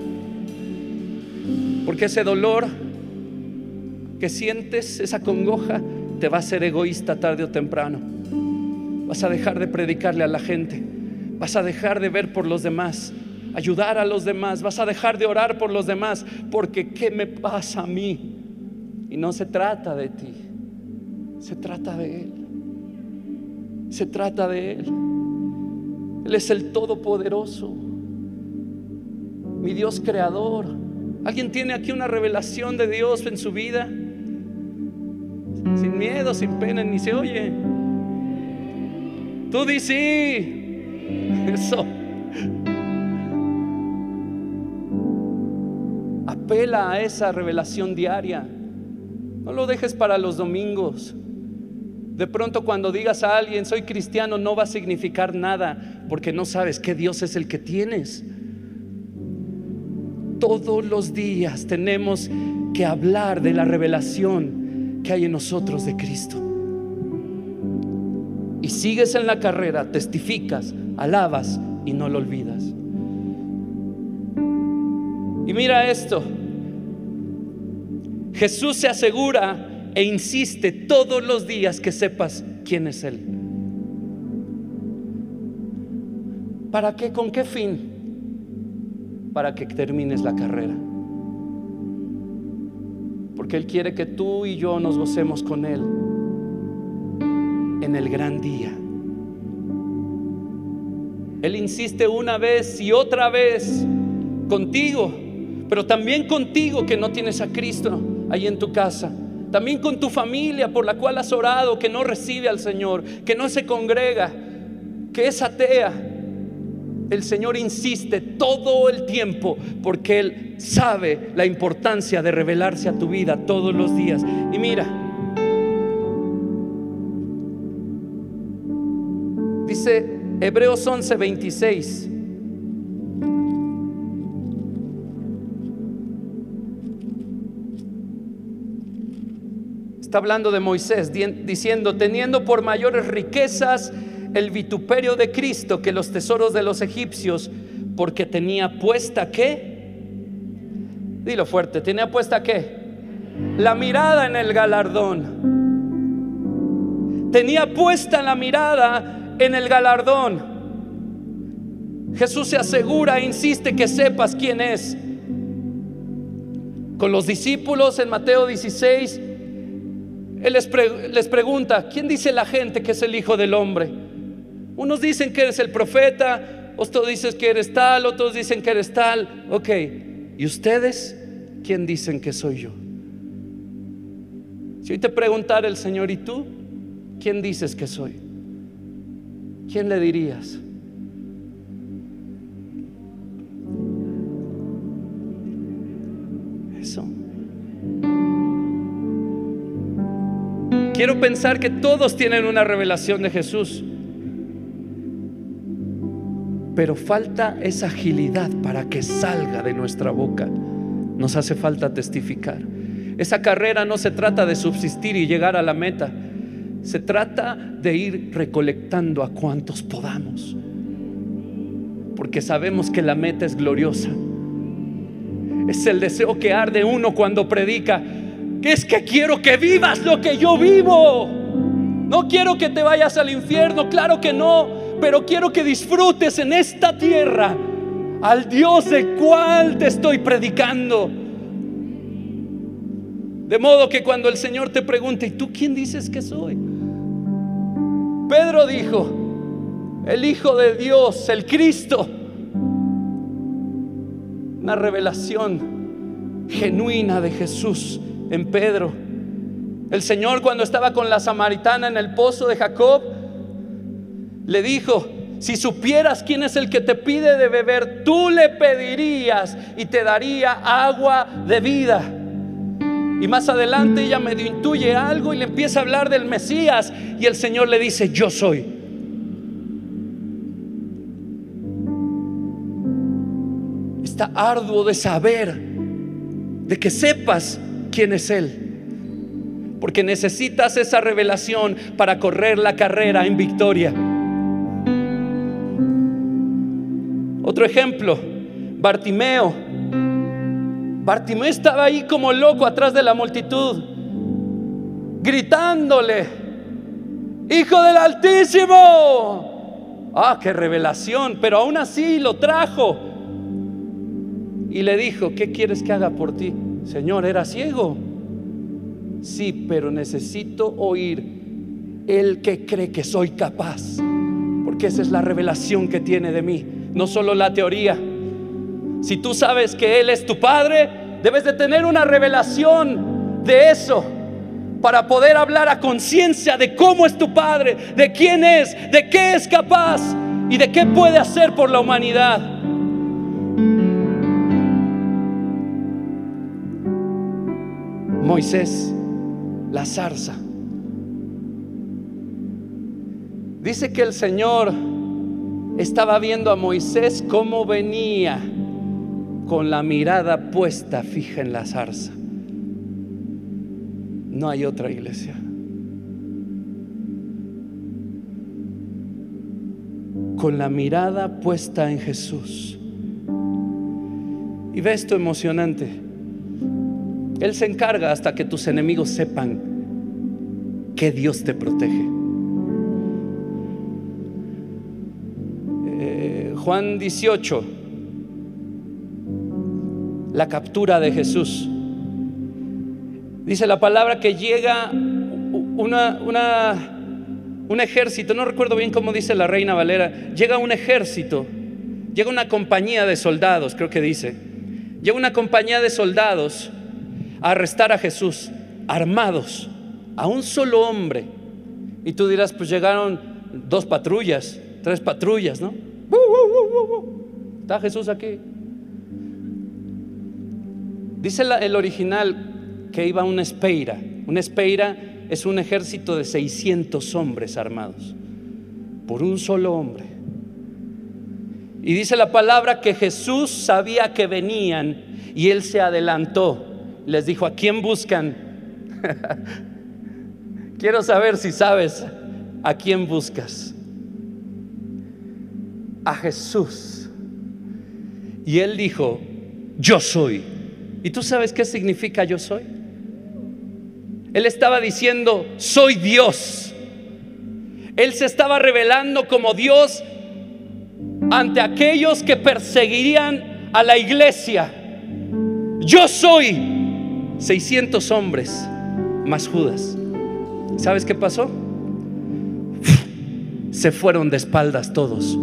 porque ese dolor que sientes, esa congoja, te va a hacer egoísta tarde o temprano. Vas a dejar de predicarle a la gente, vas a dejar de ver por los demás, ayudar a los demás, vas a dejar de orar por los demás, porque ¿qué me pasa a mí? Y no se trata de ti, se trata de Él. Se trata de Él. Él es el Todopoderoso, mi Dios creador. ¿Alguien tiene aquí una revelación de Dios en su vida? Sin miedo, sin pena, ni se oye. Tú di sí. Eso. Apela a esa revelación diaria. No lo dejes para los domingos. De pronto cuando digas a alguien soy cristiano, no va a significar nada, porque no sabes qué Dios es el que tienes. Todos los días tenemos que hablar de la revelación que hay en nosotros de Cristo. Y sigues en la carrera, testificas, alabas y no lo olvidas. Y mira esto, Jesús se asegura e insiste todos los días que sepas quién es Él. ¿Para qué? ¿Con qué fin? Para que termines la carrera. Porque Él quiere que tú y yo nos gocemos con Él en el gran día. Él insiste una vez y otra vez contigo, pero también contigo que no tienes a Cristo ahí en tu casa. También con tu familia por la cual has orado, que no recibe al Señor, que no se congrega, que es atea. El Señor insiste todo el tiempo porque Él sabe la importancia de revelarse a tu vida todos los días. Y mira, dice Hebreos once veintiséis. Está hablando de Moisés, diciendo: teniendo por mayores riquezas el vituperio de Cristo que los tesoros de los egipcios, porque tenía puesta ¿qué? Dilo fuerte, tenía puesta ¿qué? La mirada en el galardón. Tenía puesta la mirada en el galardón. Jesús se asegura e insiste que sepas quién es. Con los discípulos en Mateo dieciséis, Él les, pre- les pregunta: ¿quién dice la gente que es el Hijo del Hombre? Unos dicen que eres el profeta, otros dicen que eres tal, otros dicen que eres tal. Ok, ¿y ustedes quién dicen que soy yo? Si hoy te preguntara el Señor: ¿y tú quién dices que soy? ¿Quién le dirías? Eso. Quiero pensar que todos tienen una revelación de Jesús, pero falta esa agilidad para que salga de nuestra boca. Nos hace falta testificar. Esa carrera no se trata de subsistir y llegar a la meta. Se trata de ir recolectando a cuantos podamos, porque sabemos que la meta es gloriosa. Es el deseo que arde uno cuando predica, que es que quiero que vivas lo que yo vivo. No quiero que te vayas al infierno, claro que no, pero quiero que disfrutes en esta tierra al Dios del cual te estoy predicando. De modo que cuando el Señor te pregunte: ¿y tú quién dices que soy? Pedro dijo: el Hijo de Dios, el Cristo. Una revelación genuina de Jesús en Pedro. El Señor, cuando estaba con la samaritana en el pozo de Jacob, le dijo: si supieras quién es el que te pide de beber, tú le pedirías y te daría agua de vida. Y más adelante ella medio intuye algo y le empieza a hablar del Mesías, y el Señor le dice: yo soy. Está arduo de saber, de que sepas quién es Él, porque necesitas esa revelación para correr la carrera en victoria. Otro ejemplo, Bartimeo. Bartimeo estaba ahí como loco atrás de la multitud, gritándole: Hijo del Altísimo. Ah, qué revelación. Pero aún así lo trajo y le dijo: ¿qué quieres que haga por ti? Señor, ¿era ciego? Sí, pero necesito oír el que cree que soy capaz, porque esa es la revelación que tiene de mí, no solo la teoría. Si tú sabes que Él es tu Padre, debes de tener una revelación de eso para poder hablar a conciencia de cómo es tu Padre, de quién es, de qué es capaz y de qué puede hacer por la humanidad. Moisés, la zarza. Dice que el Señor estaba viendo a Moisés cómo venía con la mirada puesta fija en la zarza. No hay otra iglesia. Con la mirada puesta en Jesús. Y ve esto emocionante. Él se encarga hasta que tus enemigos sepan que Dios te protege. Eh, Juan dieciocho, la captura de Jesús. Dice la palabra que llega una, una, un ejército, no recuerdo bien cómo dice la Reina Valera. Llega un ejército llega una compañía de soldados, creo que dice, llega una compañía de soldados a arrestar a Jesús, armados, a un solo hombre. Y tú dirás, pues llegaron dos patrullas, tres patrullas, ¿no? Está Jesús aquí. Dice la, el original que iba una espeira. Una espeira es un ejército de seiscientos hombres armados por un solo hombre. Y dice la palabra que Jesús sabía que venían y Él se adelantó. Les dijo, ¿a quién buscan? Quiero saber si sabes a quién buscas. A Jesús. Y Él dijo, yo soy. ¿Y tú sabes qué significa yo soy? Él estaba diciendo, soy Dios. Él se estaba revelando como Dios ante aquellos que perseguirían a la iglesia. Yo soy seiscientos hombres más Judas. ¿Sabes qué pasó? Se fueron de espaldas todos.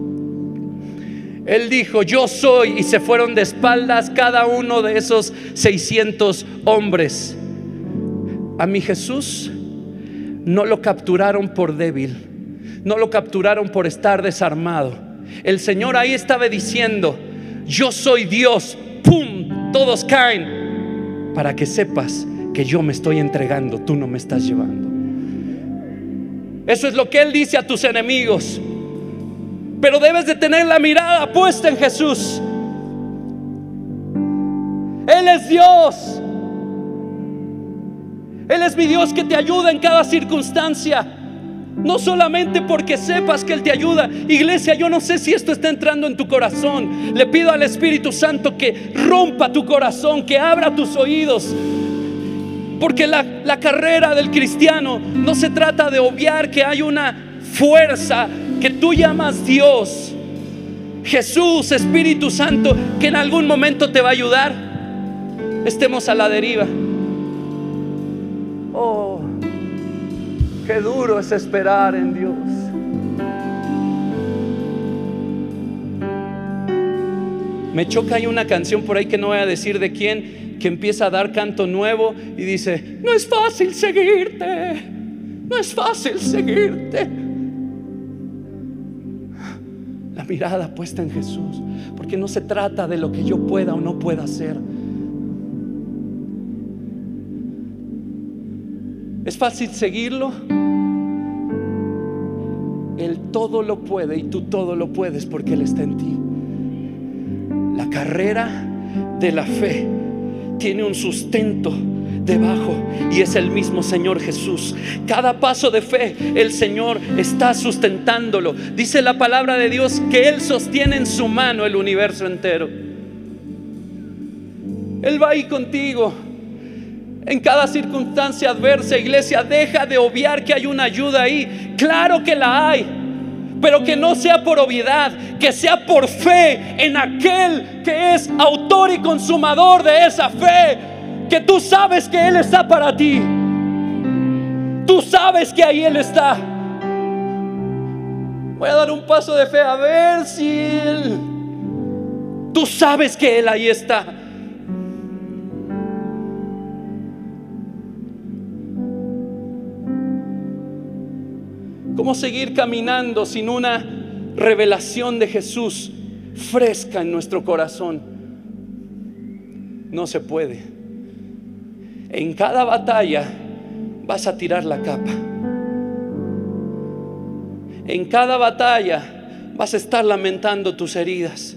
Él dijo, yo soy, y se fueron de espaldas cada uno de esos seiscientos hombres. A mi Jesús no lo capturaron por débil, no lo capturaron por estar desarmado. El Señor ahí estaba diciendo, yo soy Dios. ¡Pum! Todos caen, para que sepas que yo me estoy entregando, tú no me estás llevando. Eso es lo que Él dice a tus enemigos. Pero debes de tener la mirada puesta en Jesús. Él es Dios. Él es mi Dios que te ayuda en cada circunstancia. No solamente porque sepas que Él te ayuda. Iglesia, yo no sé si esto está entrando en tu corazón. Le pido al Espíritu Santo que rompa tu corazón, que abra tus oídos. Porque la, la carrera del cristiano no se trata de obviar que hay una fuerza que tú llamas Dios, Jesús, Espíritu Santo, que en algún momento te va a ayudar. Estemos a la deriva. Oh, qué duro es esperar en Dios. Me choca, hay una canción por ahí que no voy a decir de quién, que empieza a dar canto nuevo y dice, no es fácil seguirte, no es fácil seguirte. La mirada puesta en Jesús, porque no se trata de lo que yo pueda o no pueda hacer. ¿Es fácil seguirlo? Él todo lo puede y tú todo lo puedes porque Él está en ti. La carrera de la fe tiene un sustento debajo y es el mismo Señor Jesús. Cada paso de fe el Señor está sustentándolo. Dice la palabra de Dios que Él sostiene en su mano el universo entero. Él va ahí contigo en cada circunstancia adversa. Iglesia, deja de obviar que hay una ayuda ahí. Claro que la hay, pero que no sea por obviedad, que sea por fe en aquel que es autor y consumador de esa fe. Que tú sabes que Él está para ti. Tú sabes que ahí Él está. Voy a dar un paso de fe a ver si Él. Tú sabes que Él ahí está. ¿Cómo seguir caminando sin una revelación de Jesús fresca en nuestro corazón? No se puede. En cada batalla vas a tirar la capa. En cada batalla vas a estar lamentando tus heridas.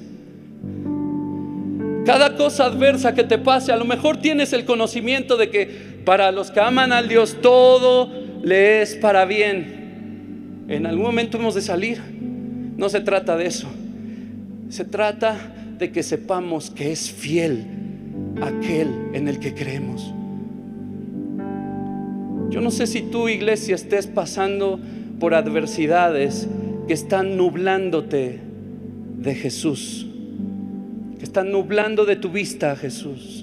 Cada cosa adversa que te pase, a lo mejor tienes el conocimiento de que para los que aman al Dios todo le es para bien. En algún momento hemos de salir. No se trata de eso. Se trata de que sepamos que es fiel aquel en el que creemos. Yo no sé si tú, iglesia, estés pasando por adversidades que están nublándote de Jesús, que están nublando de tu vista a Jesús.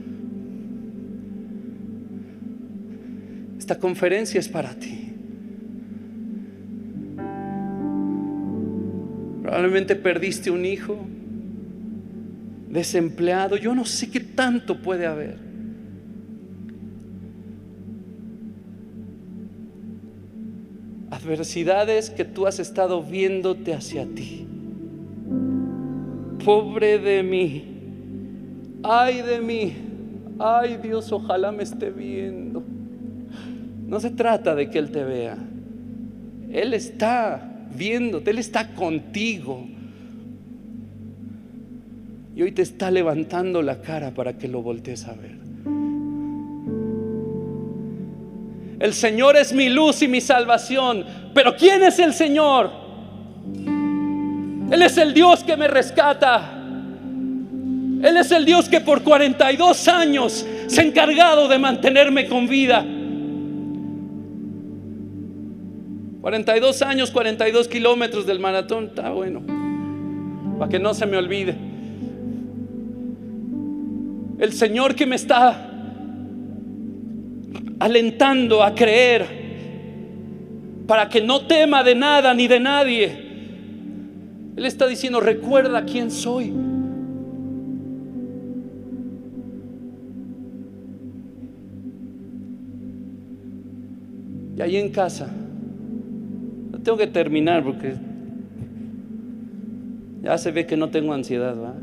Esta conferencia es para ti. Probablemente perdiste un hijo, desempleado, yo no sé qué tanto puede haber. Adversidades que tú has estado viéndote hacia ti. Pobre de mí, ay de mí, ay Dios, ojalá me esté viendo. No se trata de que Él te vea, Él está viéndote, Él está contigo. Y hoy te está levantando la cara para que lo voltees a ver. El Señor es mi luz y mi salvación. Pero ¿quién es el Señor? Él es el Dios que me rescata. Él es el Dios que por cuarenta y dos años se ha encargado de mantenerme con vida. cuarenta y dos años, cuarenta y dos kilómetros del maratón. Está bueno, para que no se me olvide. El Señor que me está alentando a creer, para que no tema de nada ni de nadie. Él está diciendo: recuerda quién soy. Y ahí en casa, no tengo que terminar porque ya se ve que no tengo ansiedad, ¿va?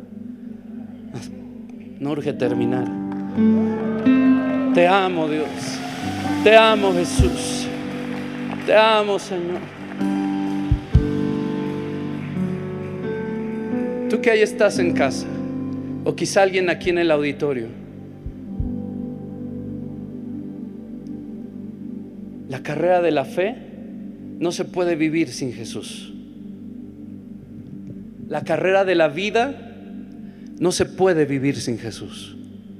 No urge terminar. Te amo, Dios. Te amo, Jesús. Te amo, Señor. Tú que ahí estás en casa, o quizá alguien aquí en el auditorio, la carrera de la fe no se puede vivir sin Jesús. La carrera de la vida no se puede vivir sin Jesús.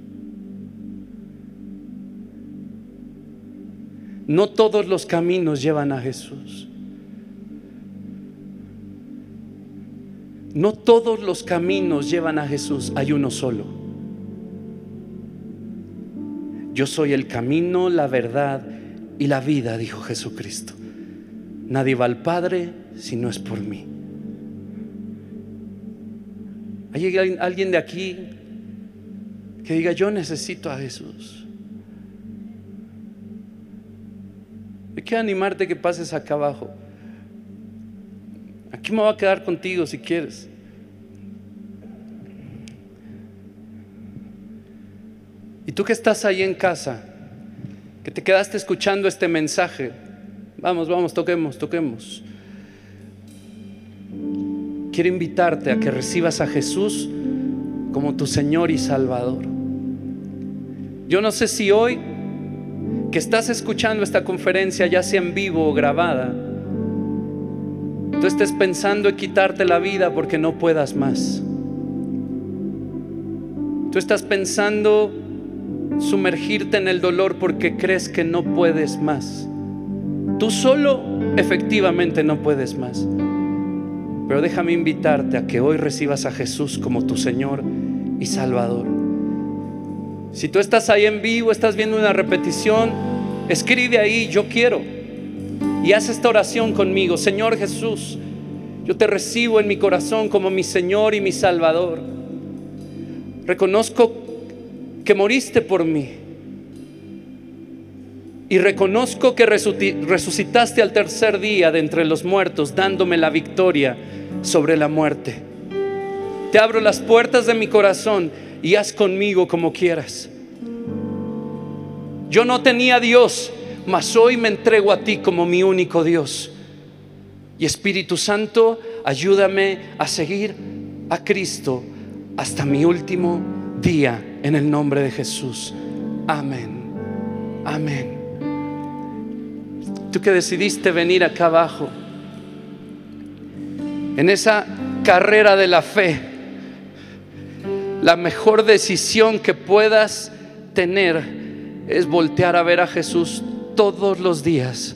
No todos los caminos llevan a Jesús. No todos los caminos llevan a Jesús. Hay uno solo. Yo soy el camino, la verdad y la vida, dijo Jesucristo. Nadie va al Padre si no es por mí. ¿Hay alguien de aquí que diga: yo necesito a Jesús? Yo quiero animarte que pases acá abajo. Aquí me voy a quedar contigo si quieres. Y tú que estás ahí en casa, que te quedaste escuchando este mensaje, vamos, vamos, toquemos, toquemos. Quiero invitarte a que recibas a Jesús como tu Señor y Salvador. Yo no sé si hoy que estás escuchando esta conferencia, ya sea en vivo o grabada, tú estés pensando en quitarte la vida porque no puedas más. Tú estás pensando sumergirte en el dolor porque crees que no puedes más. Tú solo efectivamente no puedes más. Pero déjame invitarte a que hoy recibas a Jesús como tu Señor y Salvador. Si tú estás ahí en vivo, estás viendo una repetición, escribe ahí: yo quiero. Y haz esta oración conmigo: Señor Jesús, yo te recibo en mi corazón como mi Señor y mi Salvador. Reconozco que moriste por mí. Y reconozco que resucitaste al tercer día de entre los muertos, dándome la victoria sobre la muerte. Te abro las puertas de mi corazón y haz conmigo como quieras. Yo no tenía Dios, mas hoy me entrego a ti como mi único Dios. Y Espíritu Santo, ayúdame a seguir a Cristo hasta mi último día, en el nombre de Jesús. Amén. Amén. Tú que decidiste venir acá abajo, en esa carrera de la fe, la mejor decisión que puedas tener es voltear a ver a Jesús todos los días.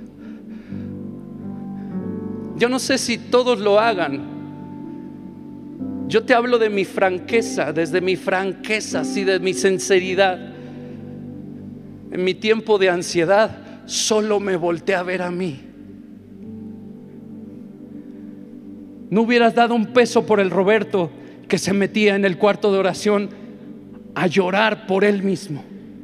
Yo no sé si todos lo hagan. Yo te hablo de mi franqueza, desde mi franqueza, así de mi sinceridad. En mi tiempo de ansiedad, solo me volteé a ver a mí. No hubieras dado un peso por el Roberto que se metía en el cuarto de oración a llorar por él mismo.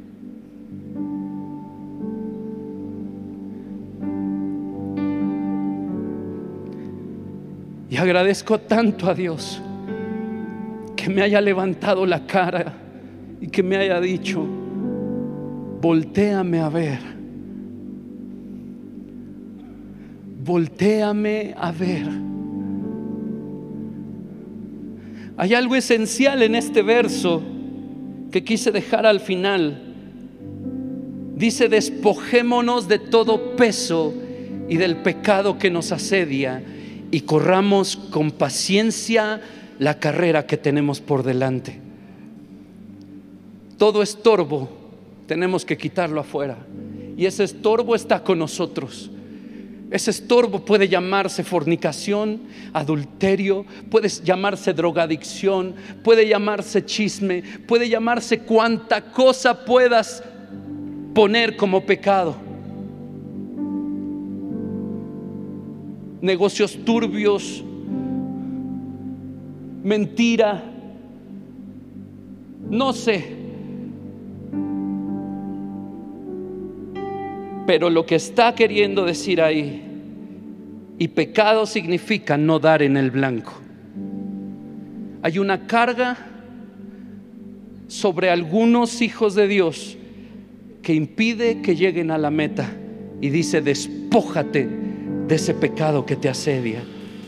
Y agradezco tanto a Dios que me haya levantado la cara y que me haya dicho: voltéame a ver, voltéame a ver. Hay algo esencial en este verso que quise dejar al final. Dice: despojémonos de todo peso y del pecado que nos asedia y corramos con paciencia la carrera que tenemos por delante. Todo estorbo tenemos que quitarlo afuera, y ese estorbo está con nosotros. Ese estorbo puede llamarse fornicación, adulterio, puede llamarse drogadicción, puede llamarse chisme, puede llamarse cuanta cosa puedas poner como pecado. Negocios turbios, mentira, no sé. Pero lo que está queriendo decir ahí, y pecado significa no dar en el blanco. Hay una carga sobre algunos hijos de Dios que impide que lleguen a la meta, y dice: despójate de ese pecado que te asedia.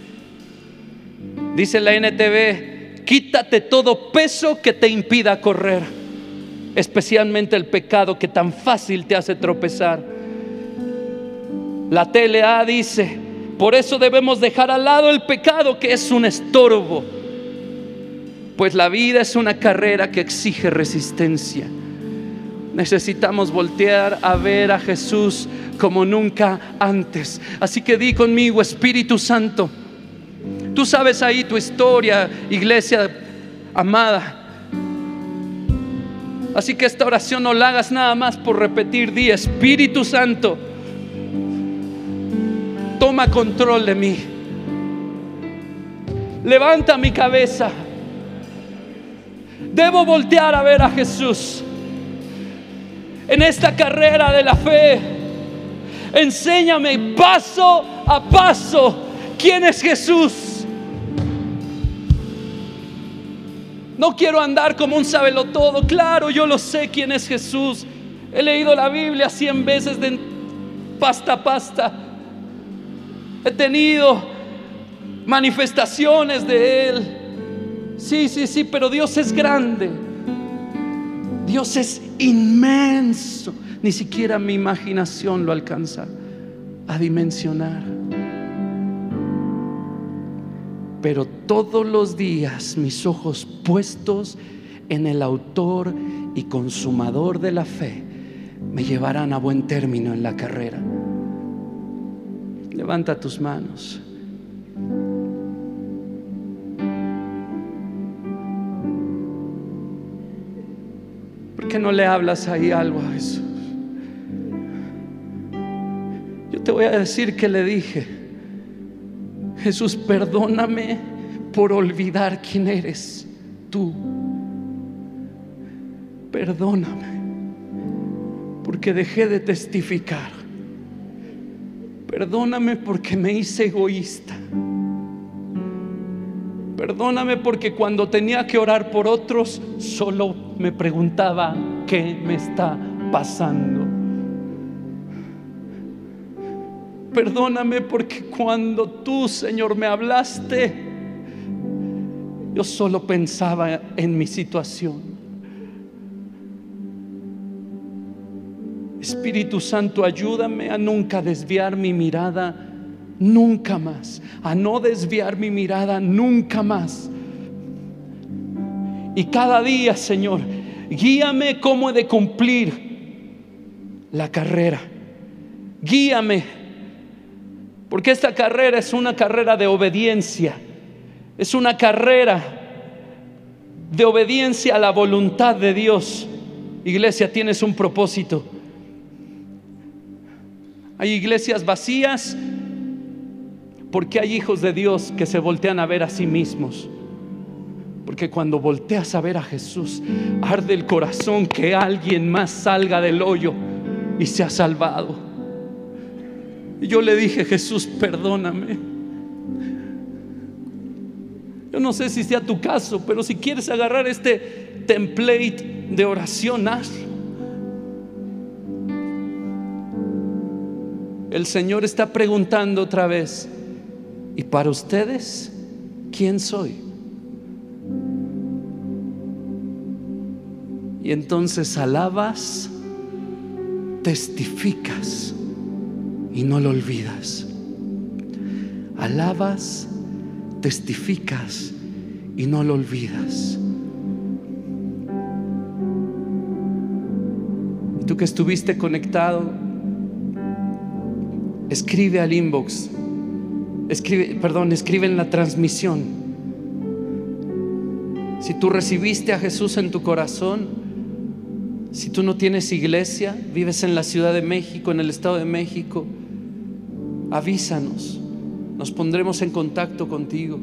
Dice la N T V: quítate todo peso que te impida correr, especialmente el pecado que tan fácil te hace tropezar. La T L A dice: por eso debemos dejar al lado el pecado que es un estorbo, pues la vida es una carrera que exige resistencia. Necesitamos voltear a ver a Jesús como nunca antes. Así que di conmigo: Espíritu Santo. Tú sabes ahí tu historia, iglesia amada. Así que esta oración no la hagas nada más por repetir. Di: Espíritu Santo, toma control de mí. Levanta mi cabeza. Debo voltear a ver a Jesús en esta carrera de la fe. Enséñame paso a paso quién es Jesús. No quiero andar como un sabelotodo. Claro, yo lo sé quién es Jesús. He leído la Biblia cien veces de pasta a pasta. He tenido manifestaciones de Él. Sí, sí, sí, pero Dios es grande. Dios es inmenso. Ni siquiera mi imaginación lo alcanza a dimensionar. Pero todos los días mis ojos puestos en el autor y consumador de la fe me llevarán a buen término en la carrera. Levanta tus manos. ¿Por qué no le hablas ahí algo a Jesús? Yo te voy a decir que le dije: Jesús, perdóname por olvidar quién eres tú. Perdóname porque dejé de testificar. Perdóname porque me hice egoísta. Perdóname porque cuando tenía que orar por otros solo me preguntaba: ¿qué me está pasando? Perdóname porque cuando tú, Señor, me hablaste, yo solo pensaba en mi situación. Espíritu Santo, ayúdame a nunca desviar mi mirada, nunca más, a no desviar mi mirada nunca más. Y cada día, Señor, guíame cómo he de cumplir la carrera. Guíame, porque esta carrera es una carrera de obediencia. Es una carrera de obediencia a la voluntad de Dios. Iglesia, tienes un propósito. Hay iglesias vacías Porque hay hijos de Dios que se voltean a ver a sí mismos. Porque cuando volteas a ver a Jesús, arde el corazón que alguien más salga del hoyo y sea salvado. Y yo le dije: Jesús, perdóname. Yo no sé si sea tu caso, pero si quieres agarrar este template de oración, hazlo. El Señor está preguntando otra vez: ¿y para ustedes quién soy? Y entonces alabas, testificas y no lo olvidas. Alabas, testificas y no lo olvidas. Y tú que estuviste conectado, escribe al inbox, escribe, perdón, escribe en la transmisión. Si tú recibiste a Jesús en tu corazón, si tú no tienes iglesia, vives en la Ciudad de México, en el Estado de México, avísanos, nos pondremos en contacto contigo.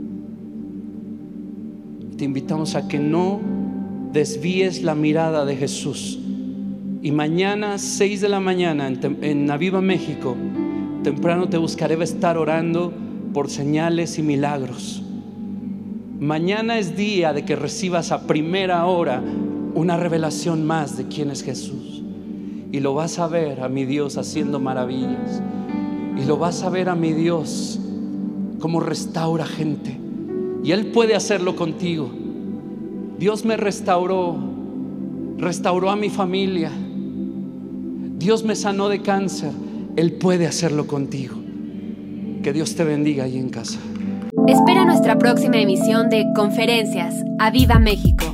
Te invitamos a que no desvíes la mirada de Jesús. Y mañana, seis de la mañana, en, en Aviva México, temprano te buscaré, va a estar orando por señales y milagros. Mañana es día de que recibas a primera hora una revelación más de quién es Jesús. Y lo vas a ver a mi Dios haciendo maravillas. Y lo vas a ver a mi Dios cómo restaura gente. Y Él puede hacerlo contigo. Dios me restauró, restauró a mi familia. Dios me sanó de cáncer. Él puede hacerlo contigo. Que Dios te bendiga ahí en casa. Espera nuestra próxima emisión de Conferencias. ¡A Viva México!